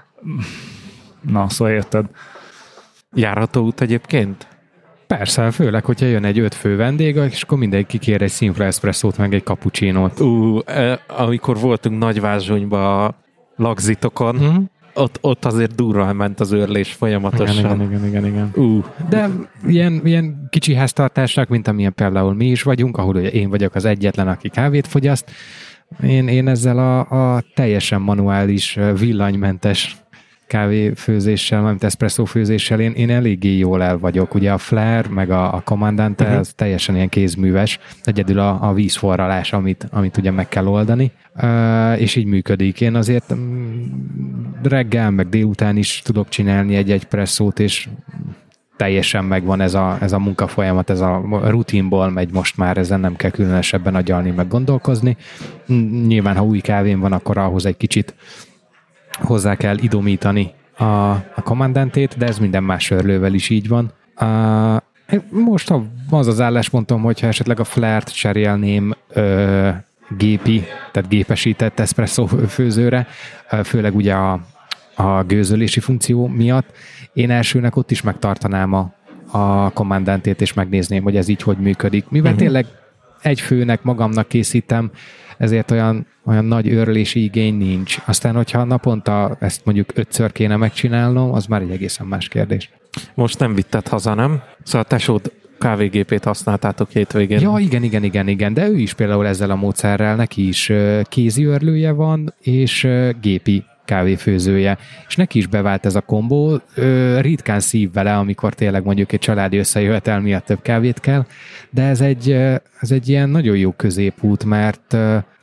Na, szóval érted. Járható út egyébként? Persze, főleg, hogyha jön egy öt fő vendég, és akkor mindenki kér egy színfra eszpresszót, meg egy cappuccinót. Ú, eh, amikor voltunk Nagyvázsonyba a lagzitokon, mm. ott, ott azért durván ment az őrlés folyamatosan. Igen, igen, igen, igen. Uh. De ilyen, ilyen kicsi háztartásnak, mint amilyen például mi is vagyunk, ahol ugye én vagyok az egyetlen, aki kávét fogyaszt, én, én ezzel a, a teljesen manuális, villanymentes kávéfőzéssel, mármint eszpresszófőzéssel én, én eléggé jól el vagyok. Ugye a Flare, meg a, a Commandante, uh-huh. az teljesen ilyen kézműves, egyedül a, a vízforralás, amit, amit ugye meg kell oldani, uh, és így működik. Én azért reggel, meg délután is tudok csinálni egy-egy presszót, és teljesen megvan ez a, ez a munkafolyamat, ez a rutinból megy most már, ezen nem kell különösebben agyalni, meg gondolkozni. Nyilván, ha új kávén van, akkor ahhoz egy kicsit hozzá kell idomítani a, a Commandantét, de ez minden más sörlővel is így van. Uh, most az az álláspontom, hogyha esetleg a Flare-t cserélném ö, gépi, tehát gépesített eszpresszó főzőre, főleg ugye a, a gőzölési funkció miatt, én elsőnek ott is megtartanám a, a Commandantét, és megnézném, hogy ez így hogy működik. Mivel uh-huh. tényleg egy főnek magamnak készítem, ezért olyan, olyan nagy őrlési igény nincs. Aztán, hogyha naponta ezt mondjuk ötször kéne megcsinálnom, az már egy egészen más kérdés. Most nem vitted haza, nem? Szóval a tesód kávégépét használtátok hétvégén. Ja, igen, igen, igen, igen, de ő is például ezzel a módszerrel, neki is kézi őrlője van, és gépi kávéfőzője, és neki is bevált ez a kombó, ö, ritkán szív vele, amikor tényleg mondjuk egy családi összejövetel miatt több kávét kell, de ez egy, ez egy ilyen nagyon jó középút, mert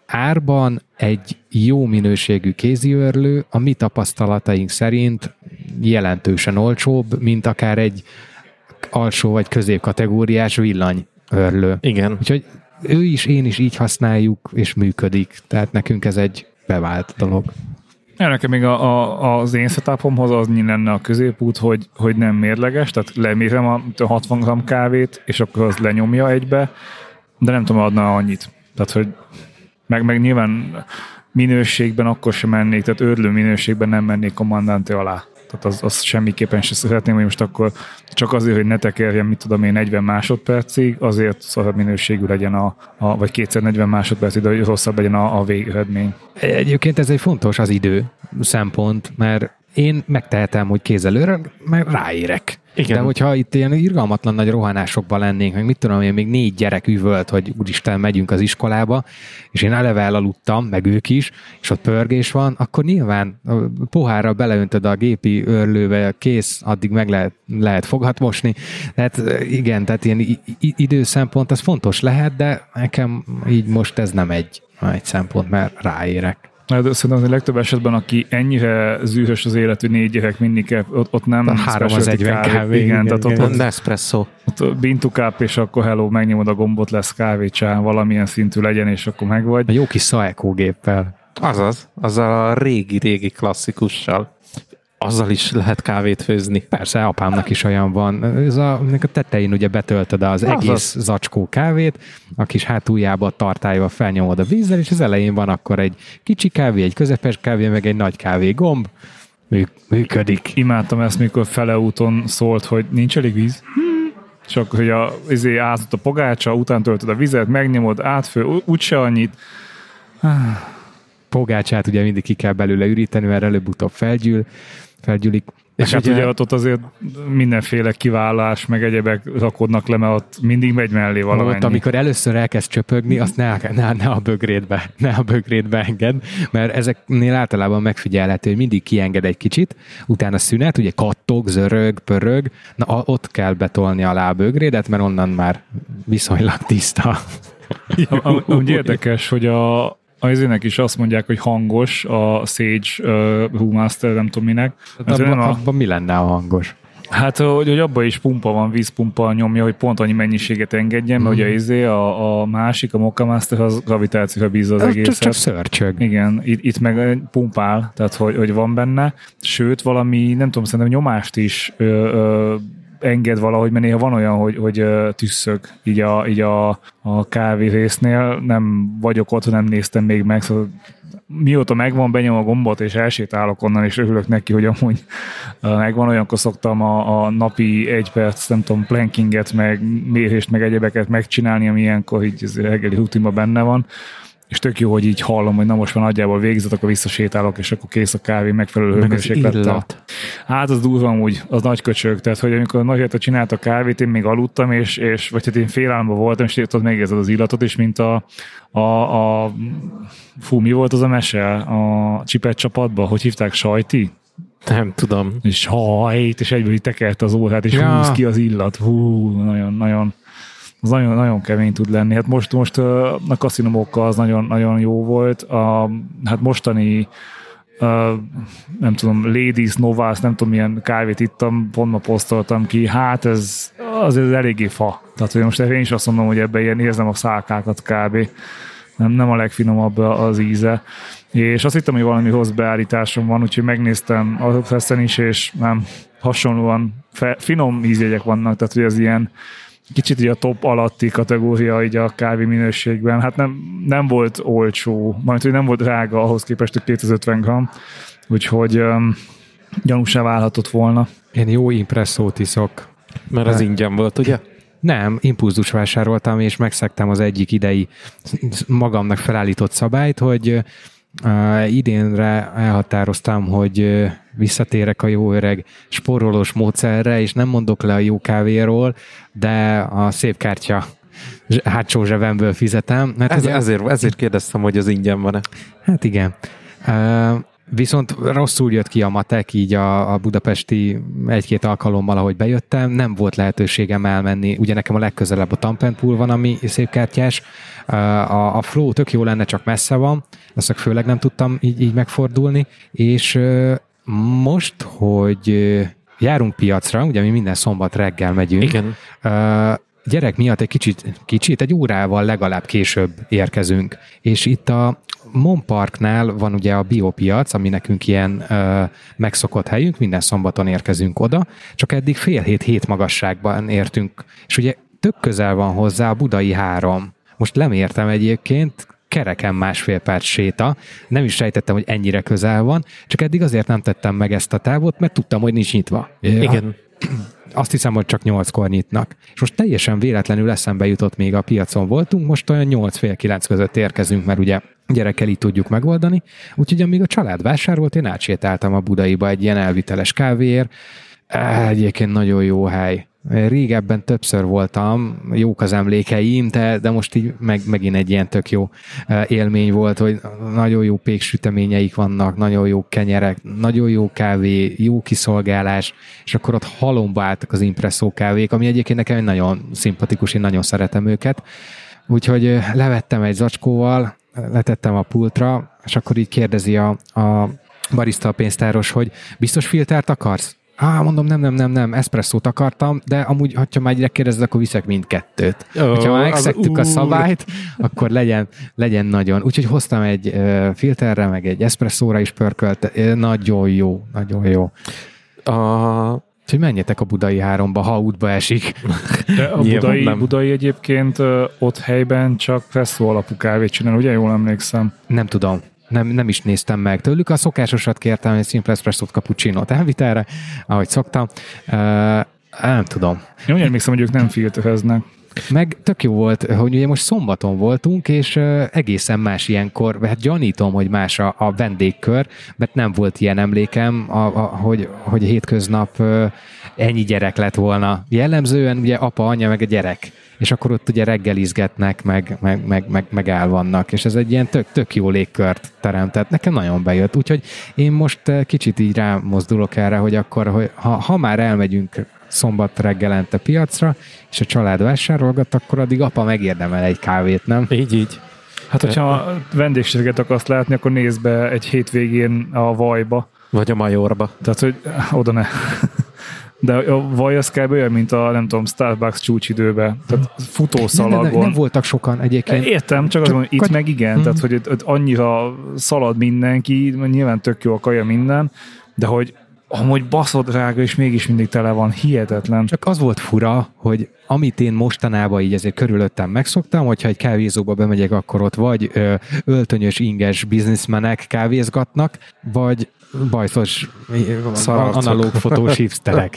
árban egy jó minőségű kéziőrlő a mi tapasztalataink szerint jelentősen olcsóbb, mint akár egy alsó vagy középkategóriás villanyőrlő. Igen. Úgyhogy ő is, én is így használjuk, és működik, tehát nekünk ez egy bevált dolog. Ja, nekem még a, a, az én setupomhoz az lenne a középút, hogy, hogy nem mérleges, tehát lemérem a hatvan gramm kávét, és akkor az lenyomja egybe, de nem tudom, adna annyit. Tehát, hogy meg, meg nyilván minőségben akkor sem mennék, tehát őrlő minőségben nem mennék Comandante alá. Tehát az, az semmiképpen sem szeretném, hogy most akkor csak azért, hogy ne tekerjen, mit tudom én, negyven másodpercig, azért szarabb minőségű legyen a, a vagy kétszer negyven másodpercig, de hogy rosszabb legyen a, a végeredmény. Egyébként ez egy fontos az idő szempont, mert én megtehetem, hogy kézelőre, mert ráérek. Igen. De hogyha itt ilyen irgalmatlan nagy rohanásokban lennénk, meg mit tudom én, még négy gyerek üvölt, hogy úristen, megyünk az iskolába, és én eleve elaludtam, meg ők is, és ott pörgés van, akkor nyilván a pohárra beleöntöd a gépi őrlőbe, kész, addig meg lehet, lehet fogat mosni. Tehát igen, tehát ilyen időszempont, az fontos lehet, de nekem így most ez nem egy, egy szempont, mert ráérek. De szerintem a legtöbb esetben, aki ennyire zűrös az élet, hogy négy gyerek mindig kell, ott, ott nem három az egyven kávé. kávé. Igen, igen, tehát igen. ott, ott Nespresso. Ott bintukáp, és akkor hello, megnyomod a gombot, lesz kávécsá, valamilyen szintű legyen, és akkor megvagy. A jó kis Saeco géppel. Azaz, azzal a régi-régi klasszikussal. Azzal is lehet kávét főzni. Persze, apámnak is olyan van. Ez a, a tetején ugye betöltöd az Azaz. egész zacskó kávét, a kis hátuljába, a tartályba felnyomod a vízzel, és az elején van akkor egy kicsi kávé, egy közepes kávé, meg egy nagy kávé gomb. Működik. Imádtam ezt, mikor fele úton szólt, hogy nincs elég víz. És akkor, hogy a, izé ázott a pogácsa, után töltöd a vizet, megnyomod, átfő, úgyse annyit. Pogácsát ugye mindig ki kell belőle üríteni, mert előbb-utóbb felgyűl, felgyűlik. És hát ugye ott azért mindenféle kiválás, meg egyebek rakodnak le, mert ott mindig megy mellé valamennyi. Ott, amikor először elkezd csöpögni, azt ne, ne, ne a bögrétbe, ne a bögrétbe enged, mert ezeknél általában megfigyelhető, hogy mindig kienged egy kicsit, utána szünet, ugye kattog, zörög, pörög, na ott kell betolni alá a bögrédet, mert onnan már viszonylag tiszta. Úgy érdekes, hogy a az ének is azt mondják, hogy hangos a Sage uh, Brewmaster, nem tudom minek. Hát abban a... abba mi lenne a hangos? Hát, hogy, hogy abban is pumpa van, vízpumpa nyomja, hogy pont annyi mennyiséget engedjen, mm. mert ugye izé, a, a másik, a Mocha Master, az gravitációra bízza az ez egészet. Csak szörcsög. Igen, itt, itt meg pumpál, tehát hogy, hogy van benne. Sőt, valami, nem tudom, szerintem nyomást is ö, ö, enged valahogy, mert néha van olyan, hogy, hogy tüsszög így a, így a, a kávé résznél. Nem vagyok ott, nem néztem még meg, szóval mióta megvan, benyom a gombot, és elsétálok onnan, és örülök neki, hogy amúgy megvan. Olyankor szoktam a, a napi egy perc, nem tudom, plankinget, meg mérést, meg egyebeket megcsinálni, ami ilyenkor így reggeli rutinban benne van. És tök jó, hogy így hallom, hogy na most már nagyjából végzett, akkor visszasétálok, és akkor kész a kávé, megfelelő hőmérséklettel. Hát az durva amúgy, az nagy köcsög. Tehát, hogy amikor a nagyjából csinálta a kávét, én még aludtam, és, és vagy hát én félálmban voltam, és ott megérzed az illatot is, mint a, a, a fú, mi volt az a mese? A Csipet csapatban? Hogy hívták? Sajti? Nem tudom. És sajt, és egyből így tekerte az órát, és ja. húz ki az illat. Hú, nagyon, nagyon az nagyon, nagyon kemény tud lenni. Hát most, most a kaszinomókkal az nagyon, nagyon jó volt. A, hát mostani uh, nem tudom, Ladies, Novas, nem tudom milyen kávét ittam, pont ma posztoltam ki. Hát ez azért eléggé fa. Tehát hogy most én is azt mondom, hogy ebben ilyen érzem a szálkákat kb. Nem, nem a legfinomabb az íze. És azt hittem, hogy valami rossz beállításom van, úgyhogy megnéztem a Festen is, és nem, hasonlóan fe, finom ízjegyek vannak, tehát hogy ez ilyen kicsit így a top alatti kategória így a kávé minőségben. Hát nem, nem volt olcsó, majd hogy nem volt drága ahhoz képest, hogy kétszázötven gramm, úgyhogy um, gyanúsá válhatott volna. Én jó impresszót iszok. Mert az ingyen volt, ugye? Nem, impulzus vásároltam, és megszegtem az egyik idei magamnak felállított szabályt, hogy uh, idénre elhatároztam, hogy uh, visszatérek a jó öreg spórolós módszerre, és nem mondok le a jó kávéról, de a szép kártya hátsó zsebemből fizetem. Mert Ez, ugye, ezért, ezért kérdeztem, hogy az ingyen van-e. Hát igen. Uh, Viszont rosszul jött ki a matek, így a, a budapesti egy-két alkalommal, ahogy bejöttem, nem volt lehetőségem elmenni. Ugye nekem a legközelebb a Tampenpool van, ami szépkártyás. A, a Flow tök jó lenne, csak messze van. Azt főleg nem tudtam így, így megfordulni. És most, hogy járunk piacra, ugye mi minden szombat reggel megyünk. Igen. Gyerek miatt egy kicsit, kicsit, egy órával legalább később érkezünk. És itt a Mon Parknál van ugye a biopiac, ami nekünk ilyen ö, megszokott helyünk, minden szombaton érkezünk oda, csak eddig fél hét-hét magasságban értünk, és ugye tök közel van hozzá a Budai három. Most lemértem egyébként, kereken másfél perc séta, nem is sejtettem, hogy ennyire közel van, csak eddig azért nem tettem meg ezt a távot, mert tudtam, hogy nincs nyitva. Igen. Azt hiszem, hogy csak nyolckor nyitnak. És most teljesen véletlenül eszembe jutott, még a piacon voltunk, most olyan nyolc fél kilenc között érkezünk, mert ugye gyerekkel így tudjuk megoldani. Úgyhogy amíg a család vásárolt, én átsétáltam a Budaiba egy ilyen elviteles kávéért. Egyébként nagyon jó hely. Régebben többször voltam, jók az emlékeim, de, de most így meg, megint egy ilyen tök jó élmény volt, hogy nagyon jó péksüteményeik vannak, nagyon jó kenyerek, nagyon jó kávé, jó kiszolgálás, és akkor ott halomba álltak az impresszó kávék, ami egyébként nekem nagyon szimpatikus, én nagyon szeretem őket. Úgyhogy levettem egy zacskóval, letettem a pultra, és akkor így kérdezi a, a barista, a pénztáros, hogy biztos filtert akarsz? Á, mondom, nem, nem, nem, nem, eszpresszót akartam, de amúgy, ha már egyre kérdezed, akkor viszek mindkettőt. Oh, ha már megszegtük a szabályt, akkor legyen, legyen nagyon. Úgyhogy hoztam egy uh, filterre, meg egy eszpresszóra is pörkölt. Nagyon jó, nagyon jó. A... Úgyhogy menjetek a Budai háromba, ha útba esik. De a Budai, Budai egyébként uh, ott helyben csak presszó alapú kávét csinál, ugye jól emlékszem? Nem tudom. Nem, nem is néztem meg tőlük. A szokásosat kértem, egy Simple Espresso-t, cappuccinót elvitelre, ahogy szoktam. Uh, nem tudom. Én úgy emlékszem, hogy ők nem filtereznek. Meg tök jó volt, hogy ugye most szombaton voltunk, és uh, egészen más ilyenkor, hát gyanítom, hogy más a, a vendégkör, mert nem volt ilyen emlékem, a, a, hogy, hogy hétköznap uh, ennyi gyerek lett volna. Jellemzően ugye apa, anya, meg a gyerek. És akkor ott ugye reggelizgetnek, meg, meg, meg, meg, meg el vannak, és ez egy ilyen tök, tök jó légkört teremtett. Nekem nagyon bejött, úgyhogy én most kicsit így rámozdulok erre, hogy akkor, hogy ha, ha már elmegyünk szombat reggelente piacra, és a család vásárolgat, akkor addig apa megérdemel egy kávét, nem? Így, így. Hát, hogyha vendégséget akarsz látni, akkor nézd be egy hétvégén a Vajba. Vagy a Majorba. Tehát, hogy oda ne... De a vaj az kb. Olyan, mint a, nem tudom, Starbucks csúcsidőben. Tehát futószalagon. Nem, nem, nem voltak sokan egyébként. Értem, csak, csak az, hogy itt meg igen. Hmm. Tehát, hogy ott annyira szalad mindenki, nyilván tök jó a kaja minden, de hogy amúgy baszod drága, és mégis mindig tele van. Hihetetlen. Csak az volt fura, hogy amit én mostanában így ezért körülöttem megszoktam, hogyha egy kávézóba bemegyek, akkor ott vagy ö, öltönyös, inges bizniszmenek kávézgatnak, vagy bajszos analóg fotós hipsterek.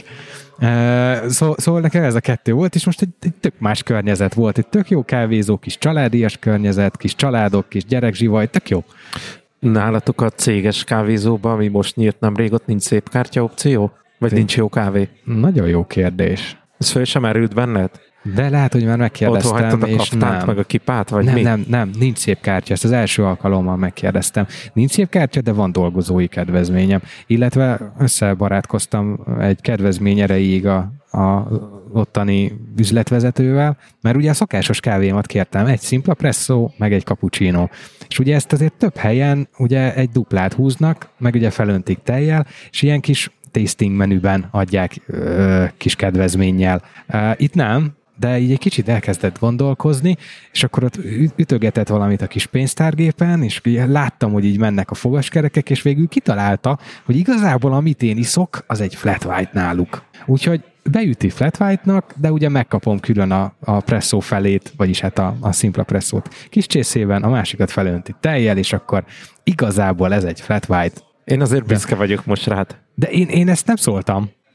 Uh, szó, szóval nekem ez a kettő volt, és most egy, egy tök más környezet volt, egy tök jó kávézó, kis családias környezet, kis családok, kis gyerekzsivaj, tök jó. Nálatok a céges kávézóban, ami most nyílt nemrég, ott nincs szép kártya opció? Vagy Szép. Nincs jó kávé? Nagyon jó kérdés. Ez föl sem erült benned? De lehet, hogy már megkérdeztem, a és nem. meg a kipát, vagy nem, mi? Nem, nem, nincs szép kártya. Ezt az első alkalommal megkérdeztem. Nincs szép kártya, de van dolgozói kedvezményem. Illetve összebarátkoztam egy kedvezmény erejéig a, a ottani üzletvezetővel, mert ugye a szokásos kávémat kértem, egy Simple Espresso, meg egy cappuccino. És ugye ezt azért több helyen ugye egy duplát húznak, meg ugye felöntik tejjel, és ilyen kis tasting menüben adják ö, kis kedvezménnyel. Uh, itt nem, de így egy kicsit elkezdett gondolkozni, és akkor ott ütögetett valamit a kis pénztárgépen, és láttam, hogy így mennek a fogaskerekek, és végül kitalálta, hogy igazából amit én iszok, az egy flat white náluk. Úgyhogy beüti flat white-nak, de ugye megkapom külön a, a presszó felét, vagyis hát a, a Simple Presszót kis csészében, a másikat felönti tejjel, és akkor igazából ez egy flat white. Én azért büszke vagyok most rád. De én, én ezt nem szóltam.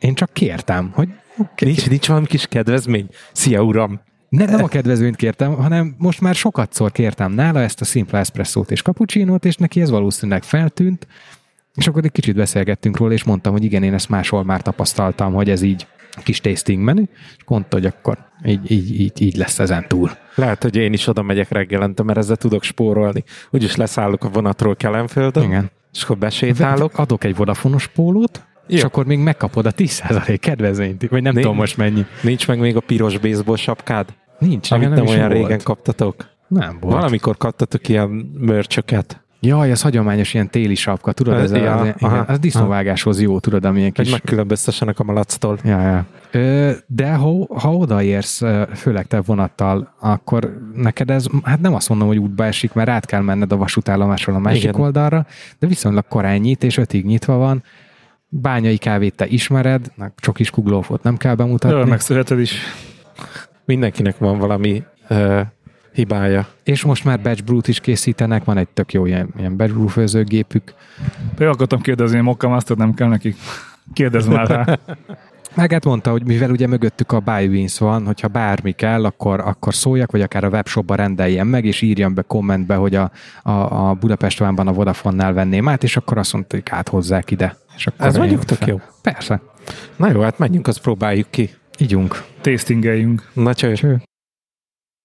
Én csak kértem, hogy... Nincs, nincs valami kis kedvezmény? Szia, uram! Ne, nem a kedvezményt kértem, hanem most már sokatszor kértem nála ezt a szimpla eszpresszót és cappuccinót, és neki ez valószínűleg feltűnt, és akkor egy kicsit beszélgettünk róla, és mondtam, hogy igen, én ezt máshol már tapasztaltam, hogy ez így kis tasting menü, és mondta, hogy akkor így, így, így, így lesz ezen túl. Lehet, hogy én is oda megyek reggelente, mert ezzel tudok spórolni. Úgyis leszállok a vonatról Kelenföldön, Igen. és akkor besétálok. Adok egy Vodafone-os pólót, jó. És akkor még megkapod a tíz százalék kedvezményt, vagy nem Nincs. tudom most mennyi. Nincs meg még a piros baseball sapkád? Nincs. Amit nem, nem olyan régen volt. kaptatok? Nem volt. Valamikor kaptatok ilyen mörcsöket. Jaj, ez hagyományos ilyen téli sapka, tudod, ez, ja, az, igen, az disznóvágáshoz jó, tudod, amilyen kis... Hogy megkülönböztessenek a malactól. Ja, ja. Ö, de ha, ha odaérsz, főleg te vonattal, akkor neked ez, hát nem azt mondom, hogy útba esik, mert át kell menned a vasútállomásról a másik igen. oldalra, de viszonylag korán nyit, és ötig nyitva van. Bányai kávét te ismered, csokis kuglófot nem kell bemutatni. De megszületed is. Mindenkinek van valami uh, hibája. És most már batch brew-t is készítenek, van egy tök jó ilyen, ilyen batch brew főzőgépük. Be akartam kérdezni, hogy Mokka Master nem kell nekik. Kérdezz már rá. Meg hát mondta, hogy mivel ugye mögöttük a Buy Wins van, hogyha bármi kell, akkor, akkor szóljak, vagy akár a webshopba rendeljen meg, és írjam be kommentbe, hogy a, a, a Budapest One-ban a Vodafone-nál venném át, és akkor azt mondta, hogy áthozzák ide. És akkor ez mondjuk tök jó. Persze. Na jó, hát menjünk, azt próbáljuk ki. Ígyunk. Tastingeljünk. Na cső. Cső.